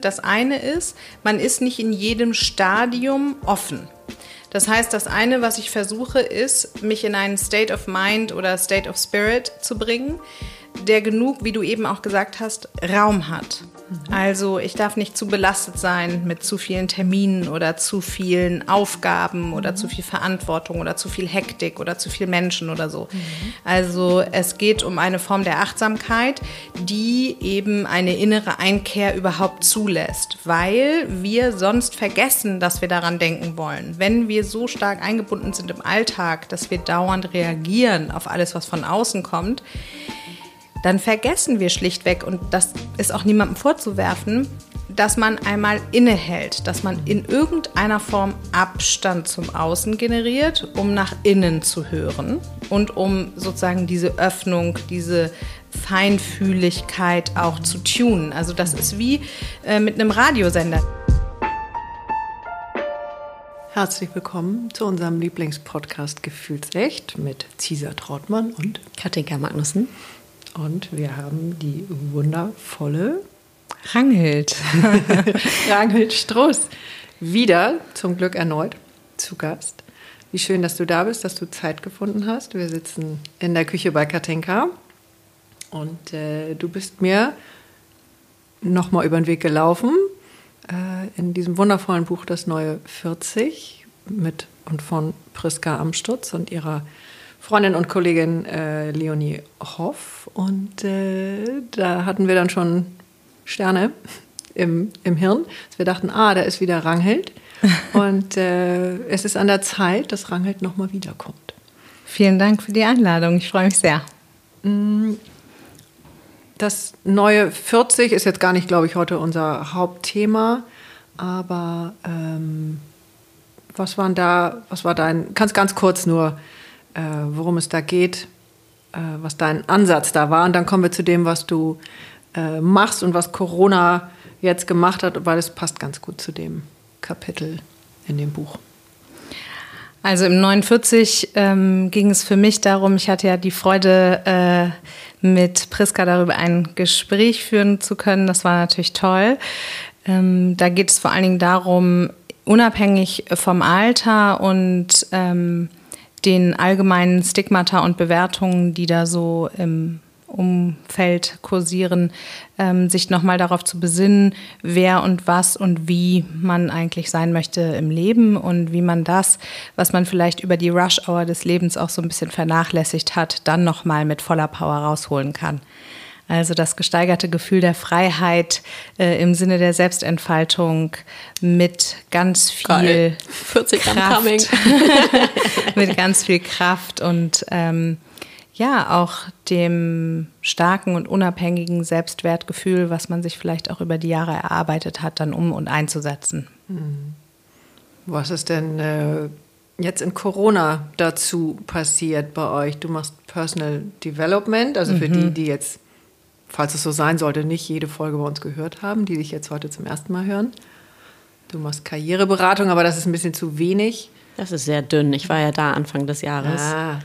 Das eine ist, man ist nicht in jedem Stadium offen. Das heißt, das eine, was ich versuche, ist, mich in einen State of Mind oder State of Spirit zu bringen, der genug, wie du eben auch gesagt hast, Raum hat. Also ich darf nicht zu belastet sein mit zu vielen Terminen oder zu vielen Aufgaben oder zu viel Verantwortung oder zu viel Hektik oder zu viel Menschen oder so. Also es geht um eine Form der Achtsamkeit, die eben eine innere Einkehr überhaupt zulässt, weil wir sonst vergessen, dass wir daran denken wollen. Wenn wir so stark eingebunden sind im Alltag, dass wir dauernd reagieren auf alles, was von außen kommt, dann vergessen wir schlichtweg, und das ist auch niemandem vorzuwerfen, dass man einmal innehält, dass man in irgendeiner Form Abstand zum Außen generiert, um nach innen zu hören und um sozusagen diese Öffnung, diese Feinfühligkeit auch zu tunen. Also das ist wie mit einem Radiosender. Herzlich willkommen zu unserem Lieblingspodcast Gefühlsecht mit Cisa Trautmann und Katinka Magnussen. Und wir haben die wundervolle Ranghild. Ranghild Struss wieder, zum Glück erneut, zu Gast. Wie schön, dass du da bist, dass du Zeit gefunden hast. Wir sitzen in der Küche bei Katinka und du bist mir nochmal über den Weg gelaufen in diesem wundervollen Buch Das neue 40 mit und von Priska Amstutz und ihrer Freundin und Kollegin Leonie Hoff. Und da hatten wir dann schon Sterne im Hirn. Wir dachten, da ist wieder Ranghild. Und es ist an der Zeit, dass Ranghild nochmal wiederkommt. Vielen Dank für die Einladung. Ich freue mich sehr. Das neue 40 ist jetzt gar nicht, glaube ich, heute unser Hauptthema. Aber was war dein, kannst ganz kurz nur, worum es da geht, was dein Ansatz da war. Und dann kommen wir zu dem, was du machst und was Corona jetzt gemacht hat, weil es passt ganz gut zu dem Kapitel in dem Buch. Also im 49 ging es für mich darum, ich hatte ja die Freude, mit Priska darüber ein Gespräch führen zu können. Das war natürlich toll. Da geht es vor allen Dingen darum, unabhängig vom Alter und den allgemeinen Stigmata und Bewertungen, die da so im Umfeld kursieren, sich nochmal darauf zu besinnen, wer und was und wie man eigentlich sein möchte im Leben und wie man das, was man vielleicht über die Rush-Hour des Lebens auch so ein bisschen vernachlässigt hat, dann nochmal mit voller Power rausholen kann. Also das gesteigerte Gefühl der Freiheit im Sinne der Selbstentfaltung mit ganz viel 40 Kraft, mit ganz viel Kraft und auch dem starken und unabhängigen Selbstwertgefühl, was man sich vielleicht auch über die Jahre erarbeitet hat, dann und einzusetzen. Was ist denn jetzt in Corona dazu passiert bei euch? Du machst Personal Development, also für die jetzt, falls es so sein sollte, nicht jede Folge bei uns gehört haben, die dich jetzt heute zum ersten Mal hören. Du machst Karriereberatung, aber das ist ein bisschen zu wenig. Das ist sehr dünn. Ich war ja da Anfang des Jahres.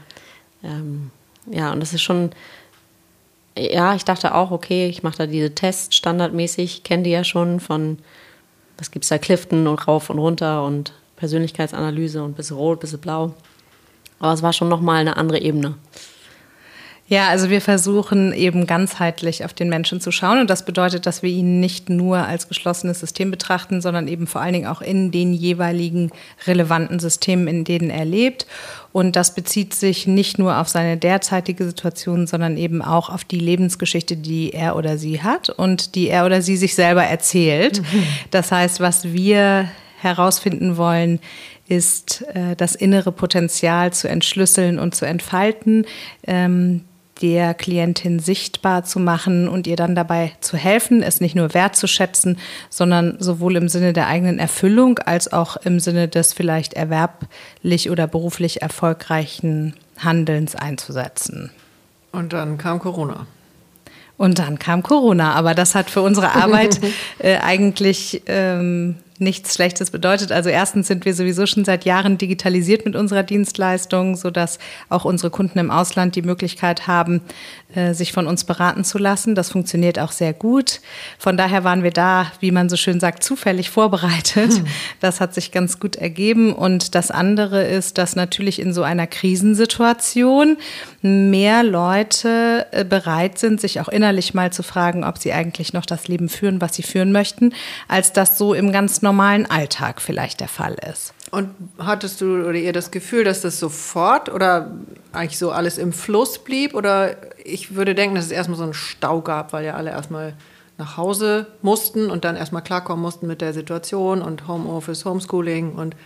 Und das ist schon, ich dachte auch, okay, ich mache da diese Tests standardmäßig, kenne die ja schon von, was gibt's da, Clifton und rauf und runter und Persönlichkeitsanalyse und bisschen rot, bisschen blau. Aber es war schon nochmal eine andere Ebene. Ja, also wir versuchen eben ganzheitlich auf den Menschen zu schauen und das bedeutet, dass wir ihn nicht nur als geschlossenes System betrachten, sondern eben vor allen Dingen auch in den jeweiligen relevanten Systemen, in denen er lebt. Und das bezieht sich nicht nur auf seine derzeitige Situation, sondern eben auch auf die Lebensgeschichte, die er oder sie hat und die er oder sie sich selber erzählt. Das heißt, was wir herausfinden wollen, ist das innere Potenzial zu entschlüsseln und zu entfalten, der Klientin sichtbar zu machen und ihr dann dabei zu helfen, es nicht nur wertzuschätzen, sondern sowohl im Sinne der eigenen Erfüllung als auch im Sinne des vielleicht erwerblich oder beruflich erfolgreichen Handelns einzusetzen. Und dann kam Corona. Aber das hat für unsere Arbeit eigentlich nichts Schlechtes bedeutet. Also erstens sind wir sowieso schon seit Jahren digitalisiert mit unserer Dienstleistung, sodass auch unsere Kunden im Ausland die Möglichkeit haben, sich von uns beraten zu lassen. Das funktioniert auch sehr gut. Von daher waren wir da, wie man so schön sagt, zufällig vorbereitet. Das hat sich ganz gut ergeben. Und das andere ist, dass natürlich in so einer Krisensituation mehr Leute bereit sind, sich auch innerlich mal zu fragen, ob sie eigentlich noch das Leben führen, was sie führen möchten, als das so im ganz normalen Alltag vielleicht der Fall ist. Und hattest du oder ihr das Gefühl, dass das sofort oder eigentlich so alles im Fluss blieb? Oder ich würde denken, dass es erstmal so einen Stau gab, weil ja alle erstmal nach Hause mussten und dann erstmal klarkommen mussten mit der Situation und Homeoffice, Homeschooling und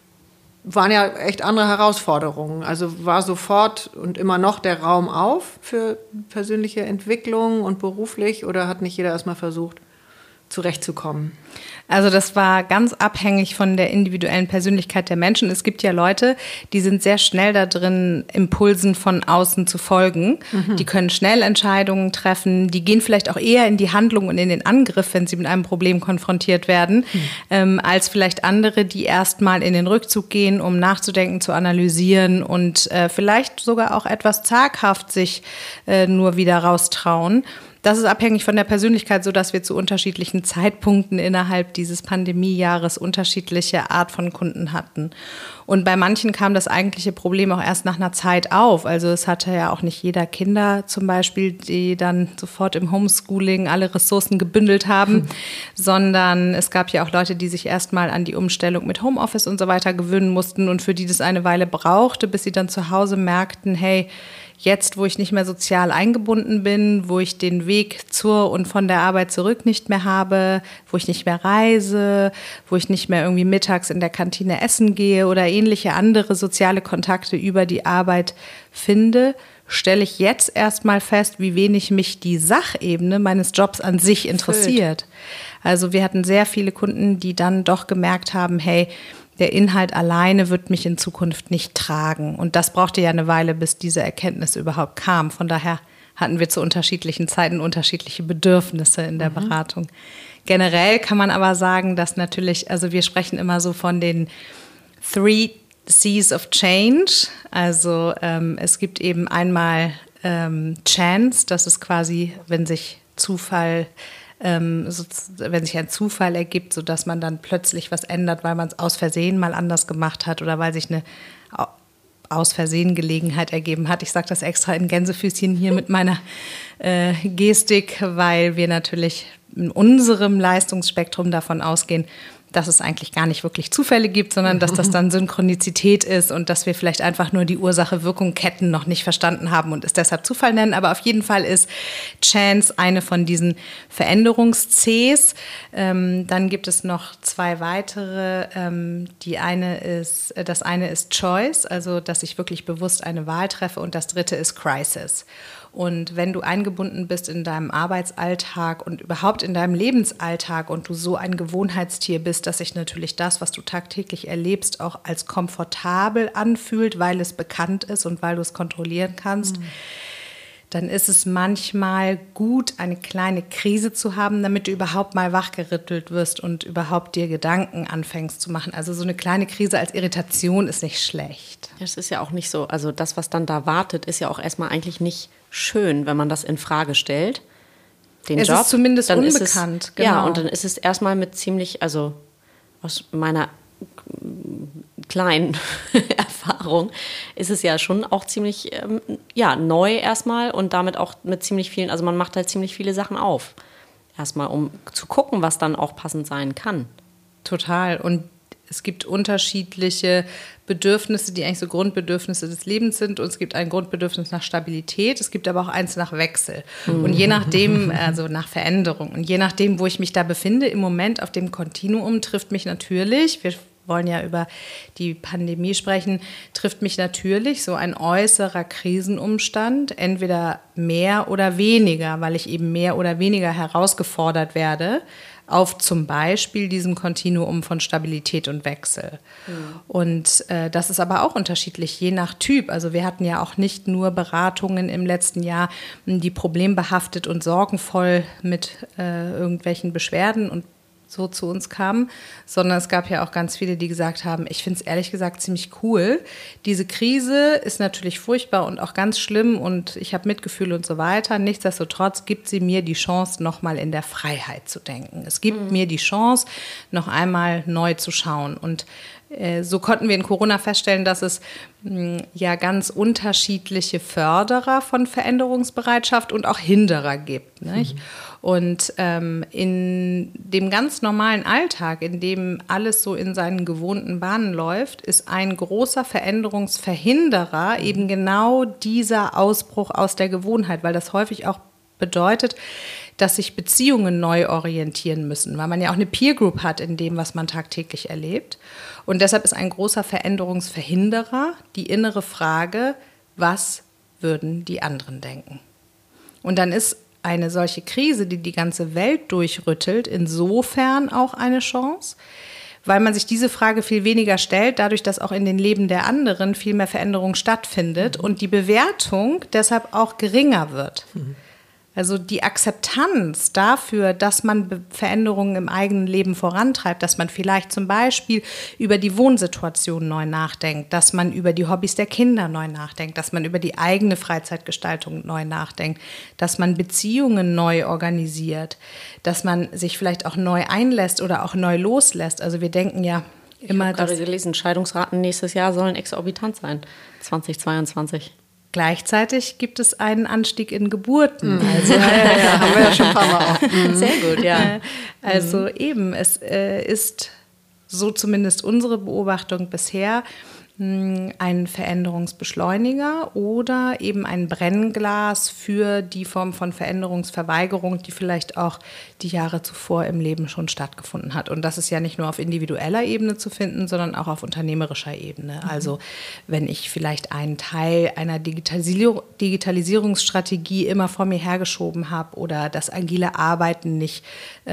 waren ja echt andere Herausforderungen. Also war sofort und immer noch der Raum auf für persönliche Entwicklung und beruflich oder hat nicht jeder erstmal versucht, zurechtzukommen? Also das war ganz abhängig von der individuellen Persönlichkeit der Menschen. Es gibt ja Leute, die sind sehr schnell da drin, Impulsen von außen zu folgen. Die können schnell Entscheidungen treffen. Die gehen vielleicht auch eher in die Handlung und in den Angriff, wenn sie mit einem Problem konfrontiert werden, als vielleicht andere, die erstmal in den Rückzug gehen, um nachzudenken, zu analysieren und vielleicht sogar auch etwas zaghaft sich nur wieder raustrauen. Das ist abhängig von der Persönlichkeit, sodass wir zu unterschiedlichen Zeitpunkten innerhalb dieses Pandemiejahres unterschiedliche Art von Kunden hatten. Und bei manchen kam das eigentliche Problem auch erst nach einer Zeit auf. Also es hatte ja auch nicht jeder Kinder zum Beispiel, die dann sofort im Homeschooling alle Ressourcen gebündelt haben, sondern es gab ja auch Leute, die sich erstmal an die Umstellung mit Homeoffice und so weiter gewöhnen mussten und für die das eine Weile brauchte, bis sie dann zu Hause merkten, hey, jetzt, wo ich nicht mehr sozial eingebunden bin, wo ich den Weg zur und von der Arbeit zurück nicht mehr habe, wo ich nicht mehr reise, wo ich nicht mehr irgendwie mittags in der Kantine essen gehe oder ähnliche andere soziale Kontakte über die Arbeit finde, stelle ich jetzt erstmal fest, wie wenig mich die Sachebene meines Jobs an sich interessiert. Also wir hatten sehr viele Kunden, die dann doch gemerkt haben, hey, der Inhalt alleine wird mich in Zukunft nicht tragen. Und das brauchte ja eine Weile, bis diese Erkenntnis überhaupt kam. Von daher hatten wir zu unterschiedlichen Zeiten unterschiedliche Bedürfnisse in der Beratung. Generell kann man aber sagen, dass natürlich, also wir sprechen immer so von den 3 C's of Change. Also es gibt eben einmal Chance, das ist quasi, wenn sich wenn sich ein Zufall ergibt, sodass man dann plötzlich was ändert, weil man es aus Versehen mal anders gemacht hat oder weil sich eine aus Versehen Gelegenheit ergeben hat. Ich sage das extra in Gänsefüßchen hier mit meiner Gestik, weil wir natürlich in unserem Leistungsspektrum davon ausgehen, dass es eigentlich gar nicht wirklich Zufälle gibt, sondern dass das dann Synchronizität ist und dass wir vielleicht einfach nur die Ursache-Wirkung-Ketten noch nicht verstanden haben und es deshalb Zufall nennen. Aber auf jeden Fall ist Chance eine von diesen Veränderungs-Cs. Dann gibt es noch 2 weitere. Das eine ist Choice, also dass ich wirklich bewusst eine Wahl treffe, und das dritte ist Crisis. Und wenn du eingebunden bist in deinem Arbeitsalltag und überhaupt in deinem Lebensalltag und du so ein Gewohnheitstier bist, dass sich natürlich das, was du tagtäglich erlebst, auch als komfortabel anfühlt, weil es bekannt ist und weil du es kontrollieren kannst, dann ist es manchmal gut, eine kleine Krise zu haben, damit du überhaupt mal wachgerüttelt wirst und überhaupt dir Gedanken anfängst zu machen. Also so eine kleine Krise als Irritation ist nicht schlecht. Das ist ja auch nicht so, also das, was dann da wartet, ist ja auch erstmal eigentlich nicht schön, wenn man das in Frage stellt. Den es Job, ist zumindest dann unbekannt. Ist es, genau. Ja, und dann ist es erstmal mit ziemlich, also aus meiner kleinen Erfahrung ist es ja schon auch ziemlich neu erstmal und damit auch mit ziemlich vielen, also man macht halt ziemlich viele Sachen auf. Erstmal, um zu gucken, was dann auch passend sein kann. Total. Und es gibt unterschiedliche Bedürfnisse, die eigentlich so Grundbedürfnisse des Lebens sind. Und es gibt ein Grundbedürfnis nach Stabilität. Es gibt aber auch eins nach Wechsel. Und je nachdem, also nach Veränderung. Und je nachdem, wo ich mich da befinde, im Moment auf dem Kontinuum trifft mich natürlich, wir wollen ja über die Pandemie sprechen, trifft mich natürlich so ein äußerer Krisenumstand, entweder mehr oder weniger, weil ich eben mehr oder weniger herausgefordert werde, auf zum Beispiel diesem Kontinuum von Stabilität und Wechsel. Und das ist aber auch unterschiedlich, je nach Typ. Also wir hatten ja auch nicht nur Beratungen im letzten Jahr, die problembehaftet und sorgenvoll mit irgendwelchen Beschwerden und so zu uns kamen, sondern es gab ja auch ganz viele, die gesagt haben, ich finde es ehrlich gesagt ziemlich cool. Diese Krise ist natürlich furchtbar und auch ganz schlimm und ich habe Mitgefühl und so weiter. Nichtsdestotrotz gibt sie mir die Chance, nochmal in der Freiheit zu denken. Es gibt mir die Chance, noch einmal neu zu schauen. Und so konnten wir in Corona feststellen, dass es ja ganz unterschiedliche Förderer von Veränderungsbereitschaft und auch Hinderer gibt. Nicht? Und in dem ganz normalen Alltag, in dem alles so in seinen gewohnten Bahnen läuft, ist ein großer Veränderungsverhinderer eben genau dieser Ausbruch aus der Gewohnheit, weil das häufig auch bedeutet, dass sich Beziehungen neu orientieren müssen, weil man ja auch eine Peer Group hat in dem, was man tagtäglich erlebt. Und deshalb ist ein großer Veränderungsverhinderer die innere Frage, was würden die anderen denken? Und dann ist eine solche Krise, die die ganze Welt durchrüttelt, insofern auch eine Chance, weil man sich diese Frage viel weniger stellt, dadurch, dass auch in den Leben der anderen viel mehr Veränderung stattfindet und die Bewertung deshalb auch geringer wird. Also die Akzeptanz dafür, dass man Veränderungen im eigenen Leben vorantreibt, dass man vielleicht zum Beispiel über die Wohnsituation neu nachdenkt, dass man über die Hobbys der Kinder neu nachdenkt, dass man über die eigene Freizeitgestaltung neu nachdenkt, dass man Beziehungen neu organisiert, dass man sich vielleicht auch neu einlässt oder auch neu loslässt. Also wir denken ja immer, ich habe gerade gelesen, Scheidungsraten nächstes Jahr sollen exorbitant sein, 2022. Gleichzeitig gibt es einen Anstieg in Geburten. Also, haben wir ja schon ein paar Mal auch. Sehr gut, ja. Also eben, es ist, so zumindest unsere Beobachtung bisher, ein Veränderungsbeschleuniger oder eben ein Brennglas für die Form von Veränderungsverweigerung, die vielleicht auch die Jahre zuvor im Leben schon stattgefunden hat. Und das ist ja nicht nur auf individueller Ebene zu finden, sondern auch auf unternehmerischer Ebene. Also wenn ich vielleicht einen Teil einer Digitalisierungsstrategie immer vor mir hergeschoben habe oder das agile Arbeiten nicht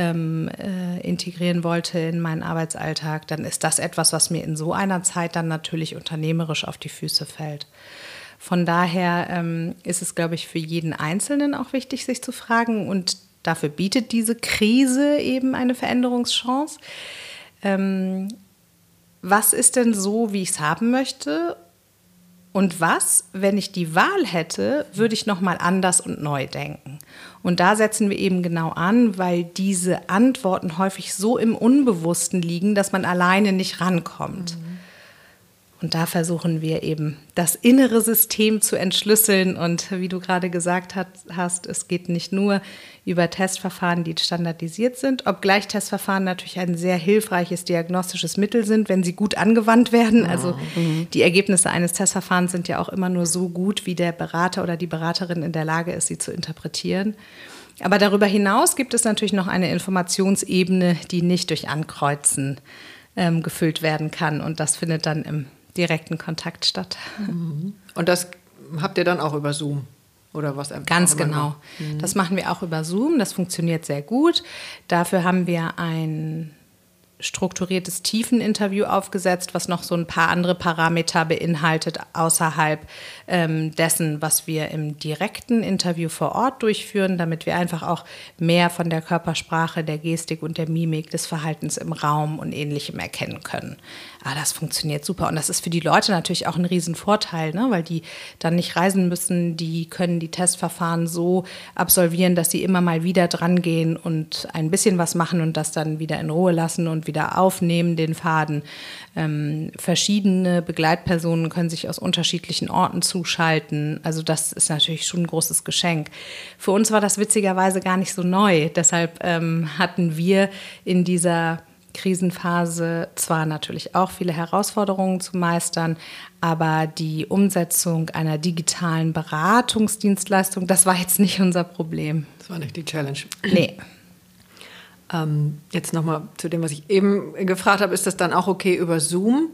integrieren wollte in meinen Arbeitsalltag, dann ist das etwas, was mir in so einer Zeit dann natürlich unternehmerisch auf die Füße fällt. Von daher ist es, glaube ich, für jeden Einzelnen auch wichtig, sich zu fragen, und dafür bietet diese Krise eben eine Veränderungschance. Was ist denn so, wie ich es haben möchte? Und was, wenn ich die Wahl hätte, würde ich nochmal anders und neu denken? Und da setzen wir eben genau an, weil diese Antworten häufig so im Unbewussten liegen, dass man alleine nicht rankommt. Und da versuchen wir eben, das innere System zu entschlüsseln. Und wie du gerade gesagt hast, es geht nicht nur über Testverfahren, die standardisiert sind, obgleich Testverfahren natürlich ein sehr hilfreiches diagnostisches Mittel sind, wenn sie gut angewandt werden. Also die Ergebnisse eines Testverfahrens sind ja auch immer nur so gut, wie der Berater oder die Beraterin in der Lage ist, sie zu interpretieren. Aber darüber hinaus gibt es natürlich noch eine Informationsebene, die nicht durch Ankreuzen gefüllt werden kann. Und das findet dann im direkten Kontakt statt. Und das habt ihr dann auch über Zoom oder was? Ganz genau. Das machen wir auch über Zoom. Das funktioniert sehr gut. Dafür haben wir ein strukturiertes Tiefeninterview aufgesetzt, was noch so ein paar andere Parameter beinhaltet, außerhalb dessen, was wir im direkten Interview vor Ort durchführen, damit wir einfach auch mehr von der Körpersprache, der Gestik und der Mimik, des Verhaltens im Raum und Ähnlichem erkennen können. Aber das funktioniert super. Und das ist für die Leute natürlich auch ein Riesenvorteil, ne? Weil die dann nicht reisen müssen, die können die Testverfahren so absolvieren, dass sie immer mal wieder dran gehen und ein bisschen was machen und das dann wieder in Ruhe lassen und wieder aufnehmen, den Faden. Verschiedene Begleitpersonen können sich aus unterschiedlichen Orten zuschalten. Also das ist natürlich schon ein großes Geschenk. Für uns war das witzigerweise gar nicht so neu. Deshalb hatten wir in dieser Krisenphase zwar natürlich auch viele Herausforderungen zu meistern, aber die Umsetzung einer digitalen Beratungsdienstleistung, das war jetzt nicht unser Problem. Das war nicht die Challenge. Nee. Jetzt nochmal zu dem, was ich eben gefragt habe, ist das dann auch okay über Zoom?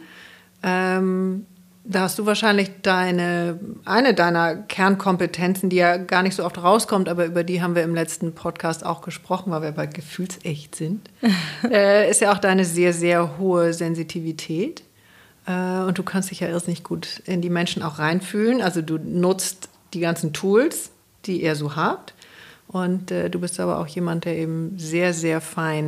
Da hast du wahrscheinlich eine deiner Kernkompetenzen, die ja gar nicht so oft rauskommt, aber über die haben wir im letzten Podcast auch gesprochen, weil wir bei Gefühlsecht sind, ist ja auch deine sehr, sehr hohe Sensitivität. Und du kannst dich ja irrsinnig gut in die Menschen auch reinfühlen. Also du nutzt die ganzen Tools, die ihr so habt. Und du bist aber auch jemand, der eben sehr, sehr fein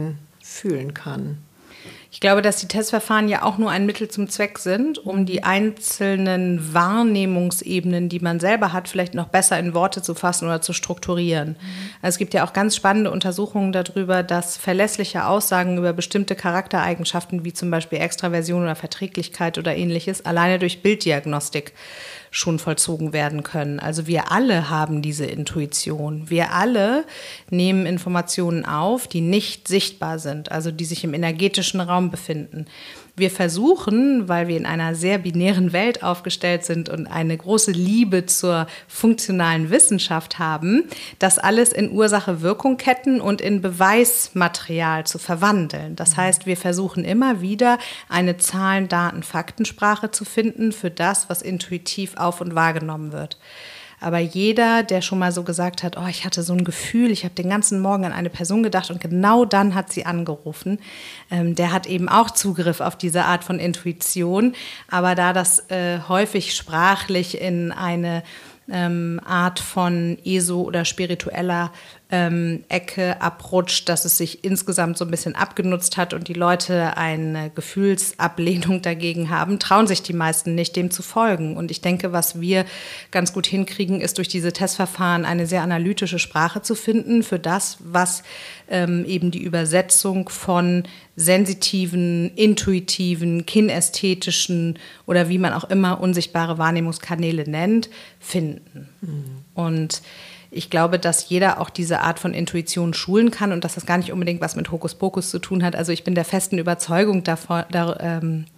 fühlen kann? Ich glaube, dass die Testverfahren ja auch nur ein Mittel zum Zweck sind, um die einzelnen Wahrnehmungsebenen, die man selber hat, vielleicht noch besser in Worte zu fassen oder zu strukturieren. Also es gibt ja auch ganz spannende Untersuchungen darüber, dass verlässliche Aussagen über bestimmte Charaktereigenschaften, wie zum Beispiel Extraversion oder Verträglichkeit oder ähnliches, alleine durch Bilddiagnostik schon vollzogen werden können. Also wir alle haben diese Intuition. Wir alle nehmen Informationen auf, die nicht sichtbar sind, also die sich im energetischen Raum befinden. Wir versuchen, weil wir in einer sehr binären Welt aufgestellt sind und eine große Liebe zur funktionalen Wissenschaft haben, das alles in Ursache-Wirkung-Ketten und in Beweismaterial zu verwandeln. Das heißt, wir versuchen immer wieder eine Zahlen-, Daten-, Faktensprache zu finden für das, was intuitiv auf- und wahrgenommen wird. Aber jeder, der schon mal so gesagt hat, oh, ich hatte so ein Gefühl, ich habe den ganzen Morgen an eine Person gedacht und genau dann hat sie angerufen, der hat eben auch Zugriff auf diese Art von Intuition. Aber da das häufig sprachlich in eine Art von ESO oder spiritueller Ecke abrutscht, dass es sich insgesamt so ein bisschen abgenutzt hat und die Leute eine Gefühlsablehnung dagegen haben, trauen sich die meisten nicht, dem zu folgen. Und ich denke, was wir ganz gut hinkriegen, ist durch diese Testverfahren eine sehr analytische Sprache zu finden für das, was eben die Übersetzung von sensitiven, intuitiven, kinästhetischen oder wie man auch immer unsichtbare Wahrnehmungskanäle nennt, finden. Und ich glaube, dass jeder auch diese Art von Intuition schulen kann und dass das gar nicht unbedingt was mit Hokuspokus zu tun hat. Also ich bin der festen Überzeugung davon,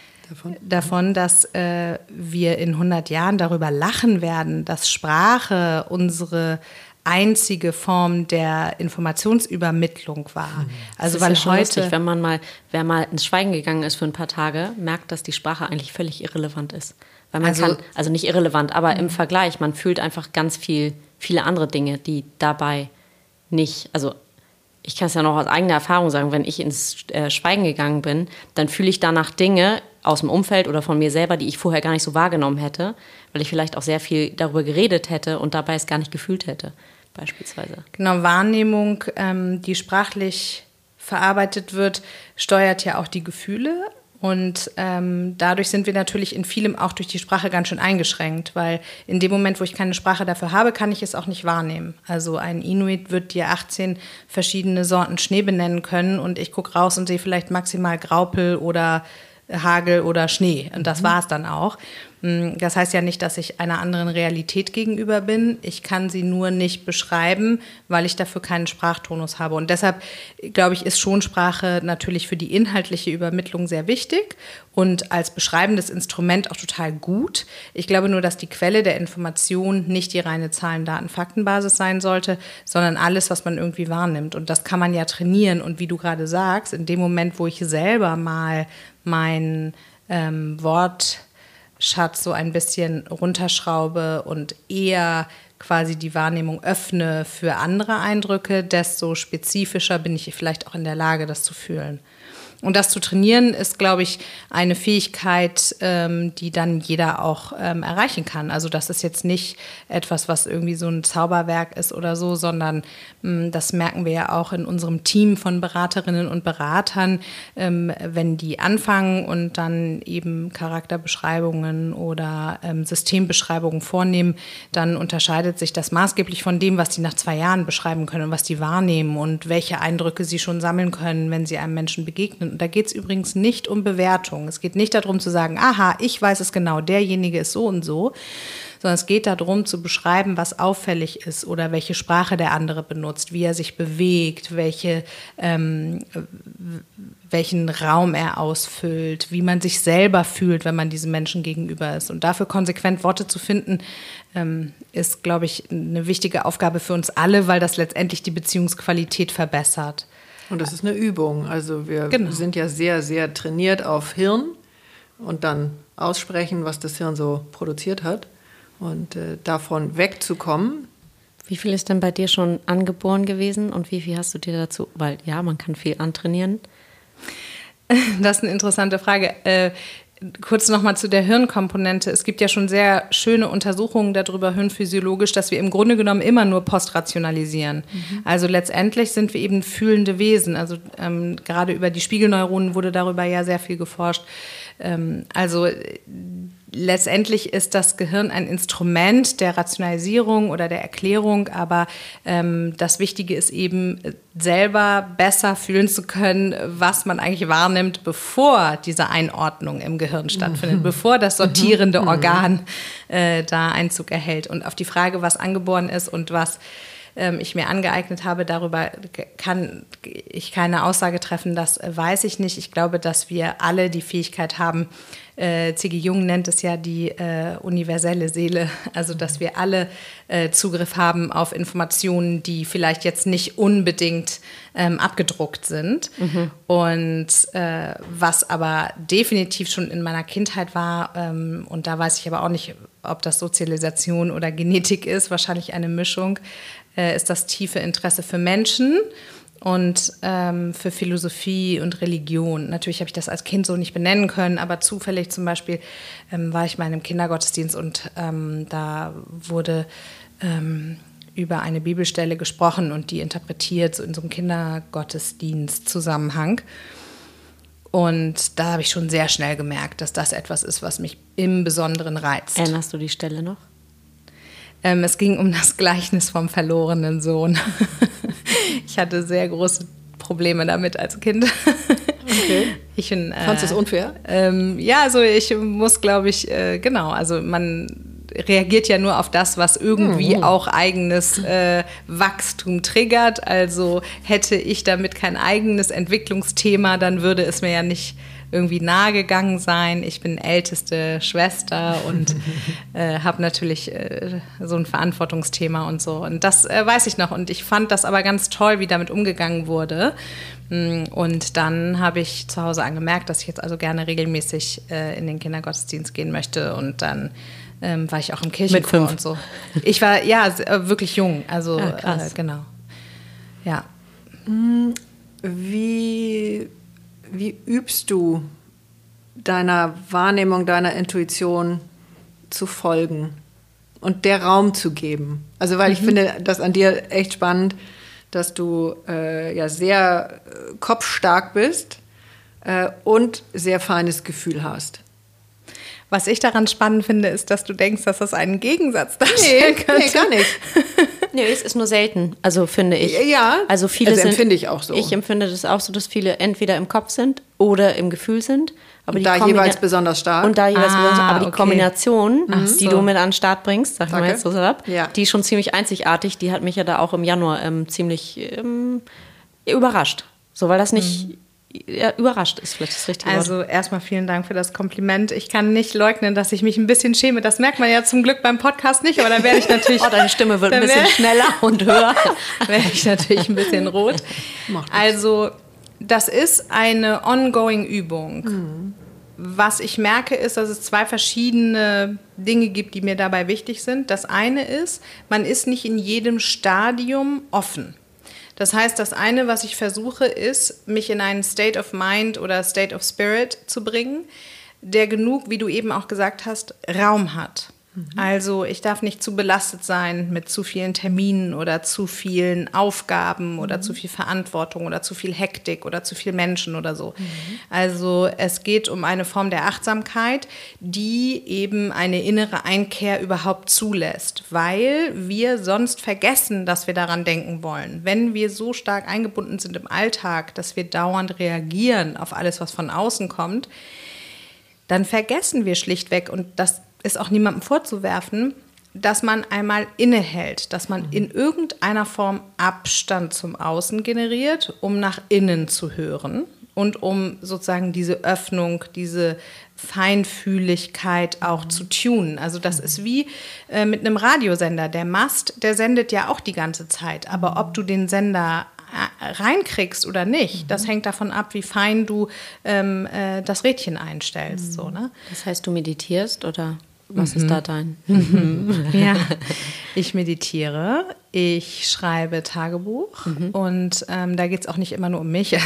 dass wir in 100 Jahren darüber lachen werden, dass Sprache unsere einzige Form der Informationsübermittlung war. Also weil ja schon heute, lustig, wer mal ins Schweigen gegangen ist für ein paar Tage, merkt, dass die Sprache eigentlich völlig irrelevant ist. Weil man also nicht irrelevant, aber im Vergleich, man fühlt einfach ganz viele andere Dinge, die dabei nicht, also ich kann es ja noch aus eigener Erfahrung sagen, wenn ich ins Schweigen gegangen bin, dann fühle ich danach Dinge aus dem Umfeld oder von mir selber, die ich vorher gar nicht so wahrgenommen hätte, weil ich vielleicht auch sehr viel darüber geredet hätte und dabei es gar nicht gefühlt hätte, beispielsweise. Genau, Wahrnehmung, die sprachlich verarbeitet wird, steuert ja auch die Gefühle. Und dadurch sind wir natürlich in vielem auch durch die Sprache ganz schön eingeschränkt, weil in dem Moment, wo ich keine Sprache dafür habe, kann ich es auch nicht wahrnehmen. Also ein Inuit wird dir 18 verschiedene Sorten Schnee benennen können und ich gucke raus und sehe vielleicht maximal Graupel oder Hagel oder Schnee. Und das war es dann auch. Das heißt ja nicht, dass ich einer anderen Realität gegenüber bin. Ich kann sie nur nicht beschreiben, weil ich dafür keinen Sprachtonus habe. Und deshalb, glaube ich, ist schon Sprache natürlich für die inhaltliche Übermittlung sehr wichtig und als beschreibendes Instrument auch total gut. Ich glaube nur, dass die Quelle der Information nicht die reine Zahlen-, Daten-, Faktenbasis sein sollte, sondern alles, was man irgendwie wahrnimmt. Und das kann man ja trainieren. Und wie du gerade sagst, in dem Moment, wo ich selber mal mein Wortschatz so ein bisschen runterschraube und eher quasi die Wahrnehmung öffne für andere Eindrücke, desto spezifischer bin ich vielleicht auch in der Lage, das zu fühlen. Und das zu trainieren ist, glaube ich, eine Fähigkeit, die dann jeder auch erreichen kann. Also das ist jetzt nicht etwas, was irgendwie so ein Zauberwerk ist oder so, sondern das merken wir ja auch in unserem Team von Beraterinnen und Beratern, wenn die anfangen und dann eben Charakterbeschreibungen oder Systembeschreibungen vornehmen, dann unterscheidet sich das maßgeblich von dem, was die nach 2 Jahren beschreiben können und was die wahrnehmen und welche Eindrücke sie schon sammeln können, wenn sie einem Menschen begegnen. Und da geht es übrigens nicht um Bewertung. Es geht nicht darum zu sagen, aha, ich weiß es genau, derjenige ist so und so, sondern es geht darum zu beschreiben, was auffällig ist oder welche Sprache der andere benutzt, wie er sich bewegt, welchen Raum er ausfüllt, wie man sich selber fühlt, wenn man diesem Menschen gegenüber ist. Und dafür konsequent Worte zu finden, ist, glaube ich, eine wichtige Aufgabe für uns alle, weil das letztendlich die Beziehungsqualität verbessert. Und das ist eine Übung. Also wir sind ja sehr, sehr trainiert auf Hirn und dann aussprechen, was das Hirn so produziert hat. Und davon wegzukommen. Wie viel ist denn bei dir schon angeboren gewesen und wie viel hast du dir dazu? Weil ja, man kann viel antrainieren. Das ist eine interessante Frage. kurz nochmal zu der Hirnkomponente. Es gibt ja schon sehr schöne Untersuchungen darüber, hirnphysiologisch, dass wir im Grunde genommen immer nur postrationalisieren. Also letztendlich sind wir eben fühlende Wesen. Also gerade über die Spiegelneuronen wurde darüber ja sehr viel geforscht. Also letztendlich ist das Gehirn ein Instrument der Rationalisierung oder der Erklärung, aber das Wichtige ist eben, selber besser fühlen zu können, was man eigentlich wahrnimmt, bevor diese Einordnung im Gehirn stattfindet, bevor das sortierende Organ da Einzug erhält. Und auf die Frage, was angeboren ist und was ich mir angeeignet habe, darüber kann ich keine Aussage treffen, das weiß ich nicht. Ich glaube, dass wir alle die Fähigkeit haben, C.G. Jung nennt es ja die universelle Seele, also dass wir alle Zugriff haben auf Informationen, die vielleicht jetzt nicht unbedingt abgedruckt sind. Und was aber definitiv schon in meiner Kindheit war, und da weiß ich aber auch nicht, ob das Sozialisation oder Genetik ist, wahrscheinlich eine Mischung, ist das tiefe Interesse für Menschen und für Philosophie und Religion. Natürlich habe ich das als Kind so nicht benennen können, aber zufällig zum Beispiel war ich mal in einem Kindergottesdienst und da wurde über eine Bibelstelle gesprochen und die interpretiert so in so einem Kindergottesdienst-Zusammenhang. Und da habe ich schon sehr schnell gemerkt, dass das etwas ist, was mich im Besonderen reizt. Erinnerst du die Stelle noch? Es ging um das Gleichnis vom verlorenen Sohn. Ich hatte sehr große Probleme damit als Kind. Okay. Fandest du es unfair? Ja, also ich muss, glaube ich, genau, also man reagiert ja nur auf das, was irgendwie auch eigenes Wachstum triggert. Also hätte ich damit kein eigenes Entwicklungsthema, dann würde es mir ja nicht irgendwie nahe gegangen sein. Ich bin älteste Schwester und habe natürlich so ein Verantwortungsthema und so. Und das weiß ich noch. Und ich fand das aber ganz toll, wie damit umgegangen wurde. Und dann habe ich zu Hause angemerkt, dass ich jetzt also gerne regelmäßig in den Kindergottesdienst gehen möchte. Und dann war ich auch im Kirchenchor und so. Ich war wirklich jung. Also krass. genau. Ja. Wie übst du deiner Wahrnehmung, deiner Intuition zu folgen und der Raum zu geben? Also weil ich finde das an dir echt spannend, dass du sehr kopfstark bist und sehr feines Gefühl hast. Was ich daran spannend finde, ist, dass du denkst, dass das einen Gegensatz darstellen könnte. Nee, gar nicht. Nee, es ist nur selten, also finde ich. Ja, also viele empfinde ich auch so. Ich empfinde das auch so, dass viele entweder im Kopf sind oder im Gefühl sind. Aber und da jeweils besonders stark. Und da jeweils besonders stark. Aber die Kombination, die du mit an den Start bringst, sag ich mal jetzt so ab, die ist schon ziemlich einzigartig. Die hat mich ja da auch im Januar ziemlich überrascht. So, weil das nicht... Ja, überrascht ist vielleicht das richtige Wort. Also erstmal vielen Dank für das Kompliment. Ich kann nicht leugnen, dass ich mich ein bisschen schäme. Das merkt man ja zum Glück beim Podcast nicht, aber da werde ich natürlich... deine Stimme wird ein bisschen schneller und höher. Werde ich natürlich ein bisschen rot. Also das ist eine ongoing Übung. Was ich merke, ist, dass es zwei verschiedene Dinge gibt, die mir dabei wichtig sind. Das eine ist, man ist nicht in jedem Stadium offen. Das heißt, das eine, was ich versuche, ist, mich in einen State of Mind oder State of Spirit zu bringen, der genug, wie du eben auch gesagt hast, Raum hat. Also ich darf nicht zu belastet sein mit zu vielen Terminen oder zu vielen Aufgaben oder zu viel Verantwortung oder zu viel Hektik oder zu viel Menschen oder so. Also es geht um eine Form der Achtsamkeit, die eben eine innere Einkehr überhaupt zulässt, weil wir sonst vergessen, dass wir daran denken wollen. Wenn wir so stark eingebunden sind im Alltag, dass wir dauernd reagieren auf alles, was von außen kommt, dann vergessen wir schlichtweg, und das ist auch niemandem vorzuwerfen, dass man einmal innehält, dass man in irgendeiner Form Abstand zum Außen generiert, um nach innen zu hören und um sozusagen diese Öffnung, diese Feinfühligkeit auch zu tunen. Also das ist wie mit einem Radiosender. Der Mast, der sendet ja auch die ganze Zeit, aber ob du den Sender reinkriegst oder nicht, das hängt davon ab, wie fein du das Rädchen einstellst. So, ne? Das heißt, du meditierst oder was ist da dein? Ja, ich meditiere. ich schreibe Tagebuch und da geht es auch nicht immer nur um mich,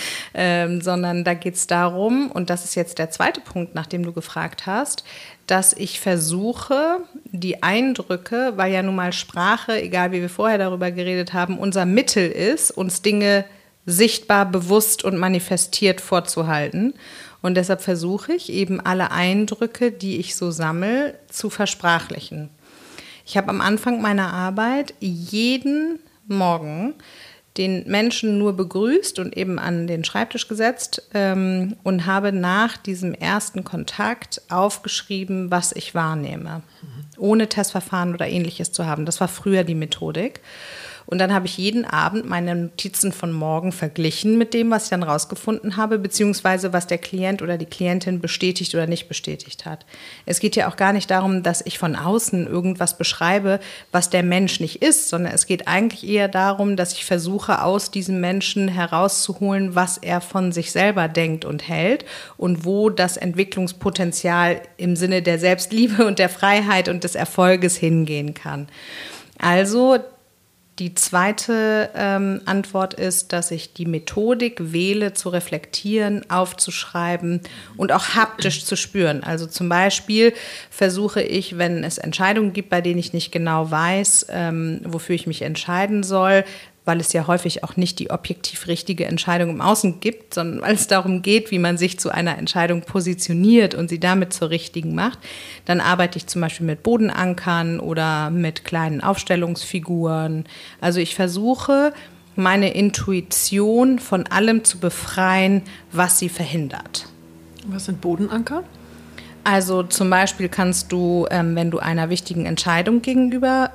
sondern da geht es darum, und das ist jetzt der zweite Punkt, nach dem du gefragt hast, dass ich versuche, die Eindrücke, weil ja nun mal Sprache, egal wie wir vorher darüber geredet haben, unser Mittel ist, uns Dinge sichtbar, bewusst und manifestiert vorzuhalten. Und deshalb versuche ich eben alle Eindrücke, die ich so sammle, zu versprachlichen. Ich habe am Anfang meiner Arbeit jeden Morgen den Menschen nur begrüßt und eben an den Schreibtisch gesetzt und habe nach diesem ersten Kontakt aufgeschrieben, was ich wahrnehme, ohne Testverfahren oder Ähnliches zu haben. Das war früher die Methodik. Und dann habe ich jeden Abend meine Notizen von morgen verglichen mit dem, was ich dann rausgefunden habe, beziehungsweise was der Klient oder die Klientin bestätigt oder nicht bestätigt hat. Es geht ja auch gar nicht darum, dass ich von außen irgendwas beschreibe, was der Mensch nicht ist, sondern es geht eigentlich eher darum, dass ich versuche, aus diesem Menschen herauszuholen, was er von sich selber denkt und hält und wo das Entwicklungspotenzial im Sinne der Selbstliebe und der Freiheit und des Erfolges hingehen kann. Also die zweite Antwort ist, dass ich die Methodik wähle, zu reflektieren, aufzuschreiben und auch haptisch zu spüren. Also zum Beispiel versuche ich, wenn es Entscheidungen gibt, bei denen ich nicht genau weiß, wofür ich mich entscheiden soll, weil es ja häufig auch nicht die objektiv richtige Entscheidung im Außen gibt, sondern weil es darum geht, wie man sich zu einer Entscheidung positioniert und sie damit zur richtigen macht. Dann arbeite ich zum Beispiel mit Bodenankern oder mit kleinen Aufstellungsfiguren. Also ich versuche, meine Intuition von allem zu befreien, was sie verhindert. Was sind Bodenanker? Also zum Beispiel kannst du, wenn du einer wichtigen Entscheidung gegenüber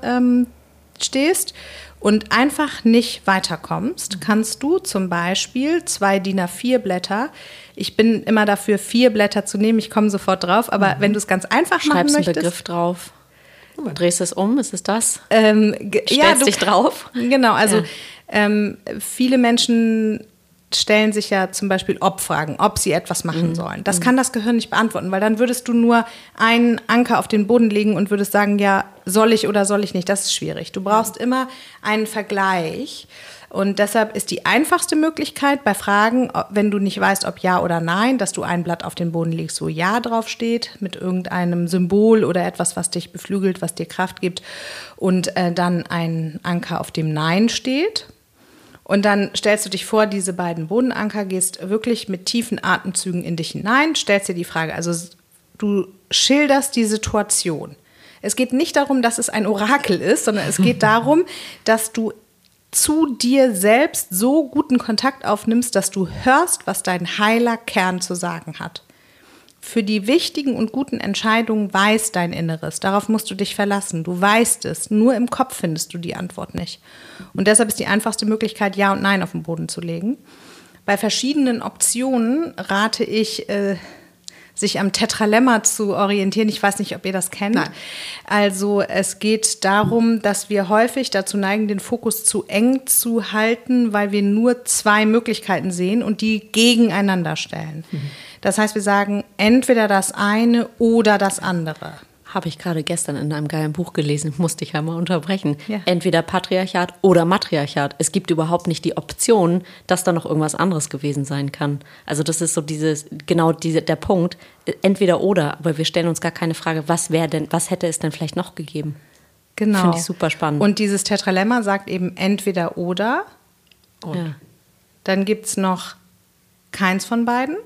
stehst und einfach nicht weiterkommst, kannst du zum Beispiel 2 DIN A4 Blätter, ich bin immer dafür, 4 Blätter zu nehmen, ich komme sofort drauf, aber wenn du es ganz einfach machen möchtest. Schreibst einen Begriff drauf, drehst es um, ist es das? Stellst dich drauf? Genau, also viele Menschen stellen sich ja zum Beispiel Ob-Fragen, ob sie etwas machen sollen. Das kann das Gehirn nicht beantworten, weil dann würdest du nur einen Anker auf den Boden legen und würdest sagen, ja, soll ich oder soll ich nicht? Das ist schwierig. Du brauchst immer einen Vergleich. Und deshalb ist die einfachste Möglichkeit bei Fragen, wenn du nicht weißt, ob ja oder nein, dass du ein Blatt auf den Boden legst, wo ja drauf steht, mit irgendeinem Symbol oder etwas, was dich beflügelt, was dir Kraft gibt, und dann ein Anker, auf dem Nein steht. Und dann stellst du dich vor, diese beiden Bodenanker, gehst wirklich mit tiefen Atemzügen in dich hinein, stellst dir die Frage, also du schilderst die Situation. Es geht nicht darum, dass es ein Orakel ist, sondern es geht darum, dass du zu dir selbst so guten Kontakt aufnimmst, dass du hörst, was dein heiler Kern zu sagen hat. Für die wichtigen und guten Entscheidungen weiß dein Inneres. Darauf musst du dich verlassen. Du weißt es. Nur im Kopf findest du die Antwort nicht. Und deshalb ist die einfachste Möglichkeit, Ja und Nein auf den Boden zu legen. Bei verschiedenen Optionen rate ich, sich am Tetralemma zu orientieren. Ich weiß nicht, ob ihr das kennt. Nein. Also es geht darum, dass wir häufig dazu neigen, den Fokus zu eng zu halten, weil wir nur 2 Möglichkeiten sehen und die gegeneinander stellen. Das heißt, wir sagen entweder das eine oder das andere. Habe ich gerade gestern in einem geilen Buch gelesen, musste ich ja mal unterbrechen. Ja. Entweder Patriarchat oder Matriarchat. Es gibt überhaupt nicht die Option, dass da noch irgendwas anderes gewesen sein kann. Also das ist so der Punkt, entweder oder. Aber wir stellen uns gar keine Frage, was hätte es denn vielleicht noch gegeben? Genau. Finde ich super spannend. Und dieses Tetralemma sagt eben entweder oder. Ja. Dann gibt es noch keins von beiden,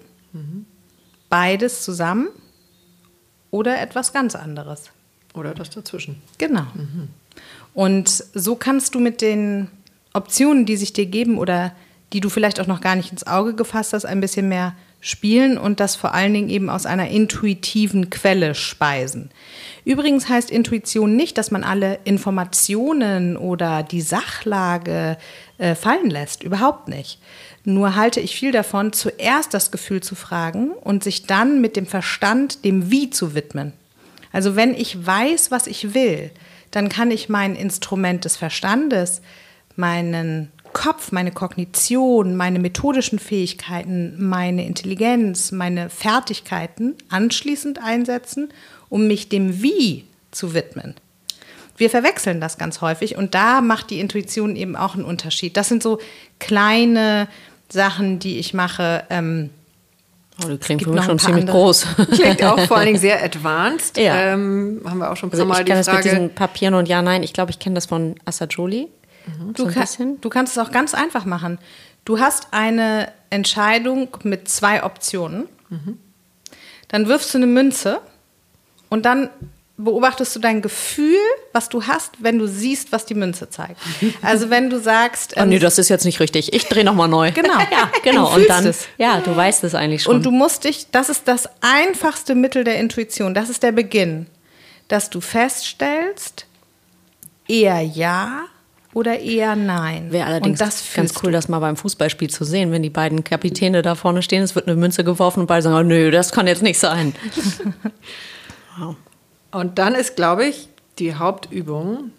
beides zusammen oder etwas ganz anderes. Oder das dazwischen. Genau. Und so kannst du mit den Optionen, die sich dir geben oder die du vielleicht auch noch gar nicht ins Auge gefasst hast, ein bisschen mehr spielen und das vor allen Dingen eben aus einer intuitiven Quelle speisen. Übrigens heißt Intuition nicht, dass man alle Informationen oder die Sachlage fallen lässt. Überhaupt nicht. Nur halte ich viel davon, zuerst das Gefühl zu fragen und sich dann mit dem Verstand dem Wie zu widmen. Also wenn ich weiß, was ich will, dann kann ich mein Instrument des Verstandes, meinen Kopf, meine Kognition, meine methodischen Fähigkeiten, meine Intelligenz, meine Fertigkeiten anschließend einsetzen, um mich dem Wie zu widmen. wir verwechseln das ganz häufig und da macht die Intuition eben auch einen Unterschied. Das sind so kleine Sachen, die ich mache. Die klingt für mich schon ziemlich groß. Klingt auch vor allen Dingen sehr advanced. Ja. Haben wir auch schon ein paar Mal ich kenne die das mit Frage. diesen Papieren und ja, nein. Ich glaube, ich kenne das von Assagioli. Du kannst es auch ganz einfach machen. Du hast eine Entscheidung mit 2 Optionen. Dann wirfst du eine Münze und dann beobachtest du dein Gefühl, was du hast, wenn du siehst, was die Münze zeigt. Also wenn du sagst... Oh nee, das ist jetzt nicht richtig. Ich drehe nochmal neu. Genau. Ja, genau. Du Und fühlst dann, es. ja, du weißt es eigentlich schon. Und du musst dich, das ist das einfachste Mittel der Intuition, das ist der Beginn, dass du feststellst, eher ja oder eher nein. Wäre allerdings und das ganz fühlst cool, das mal beim Fußballspiel zu sehen, wenn die beiden Kapitäne da vorne stehen, es wird eine Münze geworfen und beide sagen, oh, nö, das kann jetzt nicht sein. Wow. Und dann ist, glaube ich, die Hauptübung,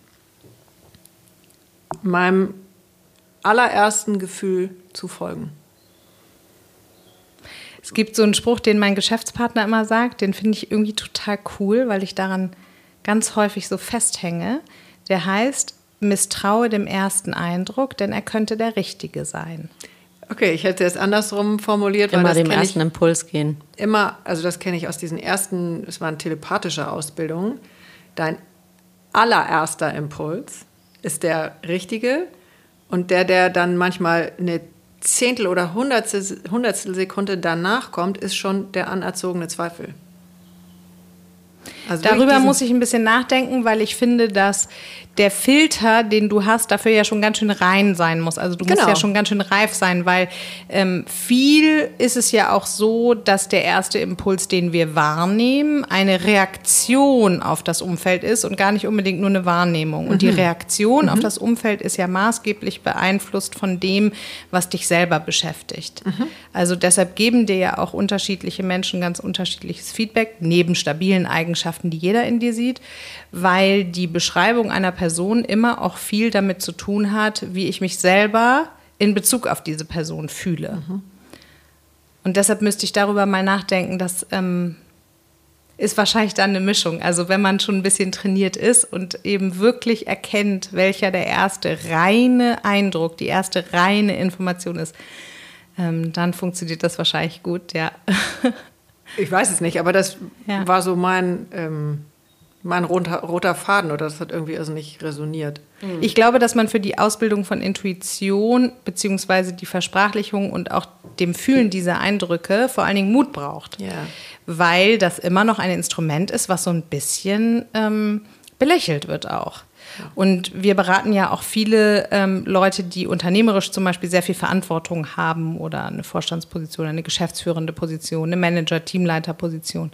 meinem allerersten Gefühl zu folgen. Es gibt so einen Spruch, den mein Geschäftspartner immer sagt, den finde ich irgendwie total cool, weil ich daran ganz häufig so festhänge. Der heißt, misstraue dem ersten Eindruck, denn er könnte der richtige sein. Okay, ich hätte es andersrum formuliert, weil Immer das dem kenne ich ersten Impuls gehen. immer, also das kenne ich aus diesen ersten, es waren telepathische Ausbildungen. Dein allererster Impuls ist der richtige und der dann manchmal eine Zehntel oder Hundertstel Sekunde danach kommt, ist schon der anerzogene Zweifel. Also Darüber muss ich ein bisschen nachdenken, weil ich finde, dass der Filter, den du hast, dafür ja schon ganz schön rein sein muss. Also du musst ja schon ganz schön reif sein, weil viel ist es ja auch so, dass der erste Impuls, den wir wahrnehmen, eine Reaktion auf das Umfeld ist und gar nicht unbedingt nur eine Wahrnehmung. Und die Reaktion auf das Umfeld ist ja maßgeblich beeinflusst von dem, was dich selber beschäftigt. Also deshalb geben dir ja auch unterschiedliche Menschen ganz unterschiedliches Feedback, neben stabilen Eigenschaften, die jeder in dir sieht, weil die Beschreibung einer Person immer auch viel damit zu tun hat, wie ich mich selber in Bezug auf diese Person fühle. Und deshalb müsste ich darüber mal nachdenken, das ist wahrscheinlich dann eine Mischung. Also wenn man schon ein bisschen trainiert ist und eben wirklich erkennt, welcher der erste reine Eindruck, die erste reine Information ist, dann funktioniert das wahrscheinlich gut, ja. Ich weiß es nicht, aber das Ja. war so mein roter Faden oder das hat irgendwie also nicht resoniert. Ich glaube, dass man für die Ausbildung von Intuition beziehungsweise die Versprachlichung und auch dem Fühlen dieser Eindrücke vor allen Dingen Mut braucht. Ja. Weil das immer noch ein Instrument ist, was so ein bisschen belächelt wird auch. Und wir beraten ja auch viele Leute, die unternehmerisch zum Beispiel sehr viel Verantwortung haben oder eine Vorstandsposition, eine geschäftsführende Position, eine Manager-, Teamleiterposition.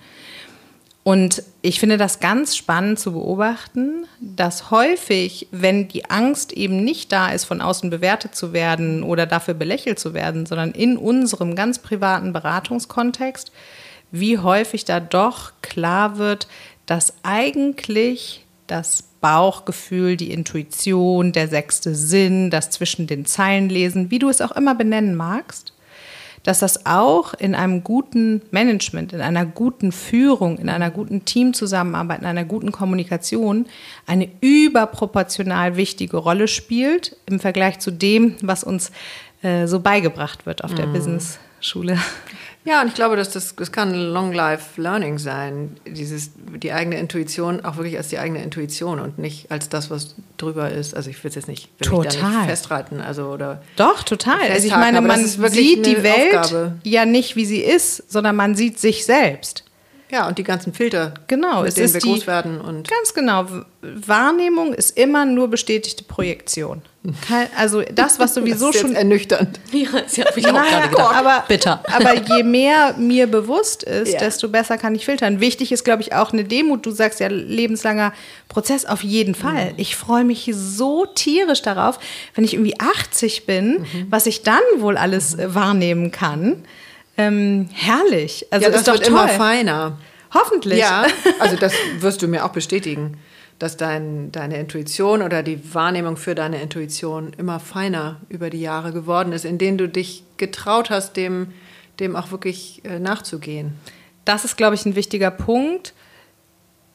Und ich finde das ganz spannend zu beobachten, dass häufig, wenn die Angst eben nicht da ist, von außen bewertet zu werden oder dafür belächelt zu werden, sondern in unserem ganz privaten Beratungskontext, wie häufig da doch klar wird, dass eigentlich das Bauchgefühl, die Intuition, der 6. Sinn, das zwischen den Zeilen lesen, wie du es auch immer benennen magst, dass das auch in einem guten Management, in einer guten Führung, in einer guten Teamzusammenarbeit, in einer guten Kommunikation eine überproportional wichtige Rolle spielt im Vergleich zu dem, was uns so beigebracht wird auf der Business-Schule. Ja, und ich glaube, dass das kann Long-Life-Learning sein, die eigene Intuition auch wirklich als die eigene Intuition und nicht als das, was drüber ist. Also ich will es jetzt nicht, will mich da nicht festreiten. Doch, total. Also ich festhaken, meine, aber man das ist wirklich sieht die eine Welt Aufgabe. ja nicht, wie sie ist, sondern man sieht sich selbst. Ja, und die ganzen Filter, Genau, mit es denen ist wir die- groß werden. Und Ganz genau. Wahrnehmung ist immer nur bestätigte Projektion. Also das, was sowieso das ist schon... jetzt ernüchternd. Ja, das habe ich auch Naja, gerade gedacht. aber, Bitter. aber je mehr mir bewusst ist, Ja. desto besser kann ich filtern. Wichtig ist, glaube ich, auch eine Demut. Du sagst ja, lebenslanger Prozess auf jeden Fall. Ich freue mich so tierisch darauf, wenn ich irgendwie 80 bin, was ich dann wohl alles wahrnehmen kann. Herrlich. Also Ja, das ist doch wird toll. immer feiner. Hoffentlich. Ja, also das wirst du mir auch bestätigen, dass deine Intuition oder die Wahrnehmung für deine Intuition immer feiner über die Jahre geworden ist, in denen du dich getraut hast, dem auch wirklich nachzugehen. Das ist, glaube ich, ein wichtiger Punkt.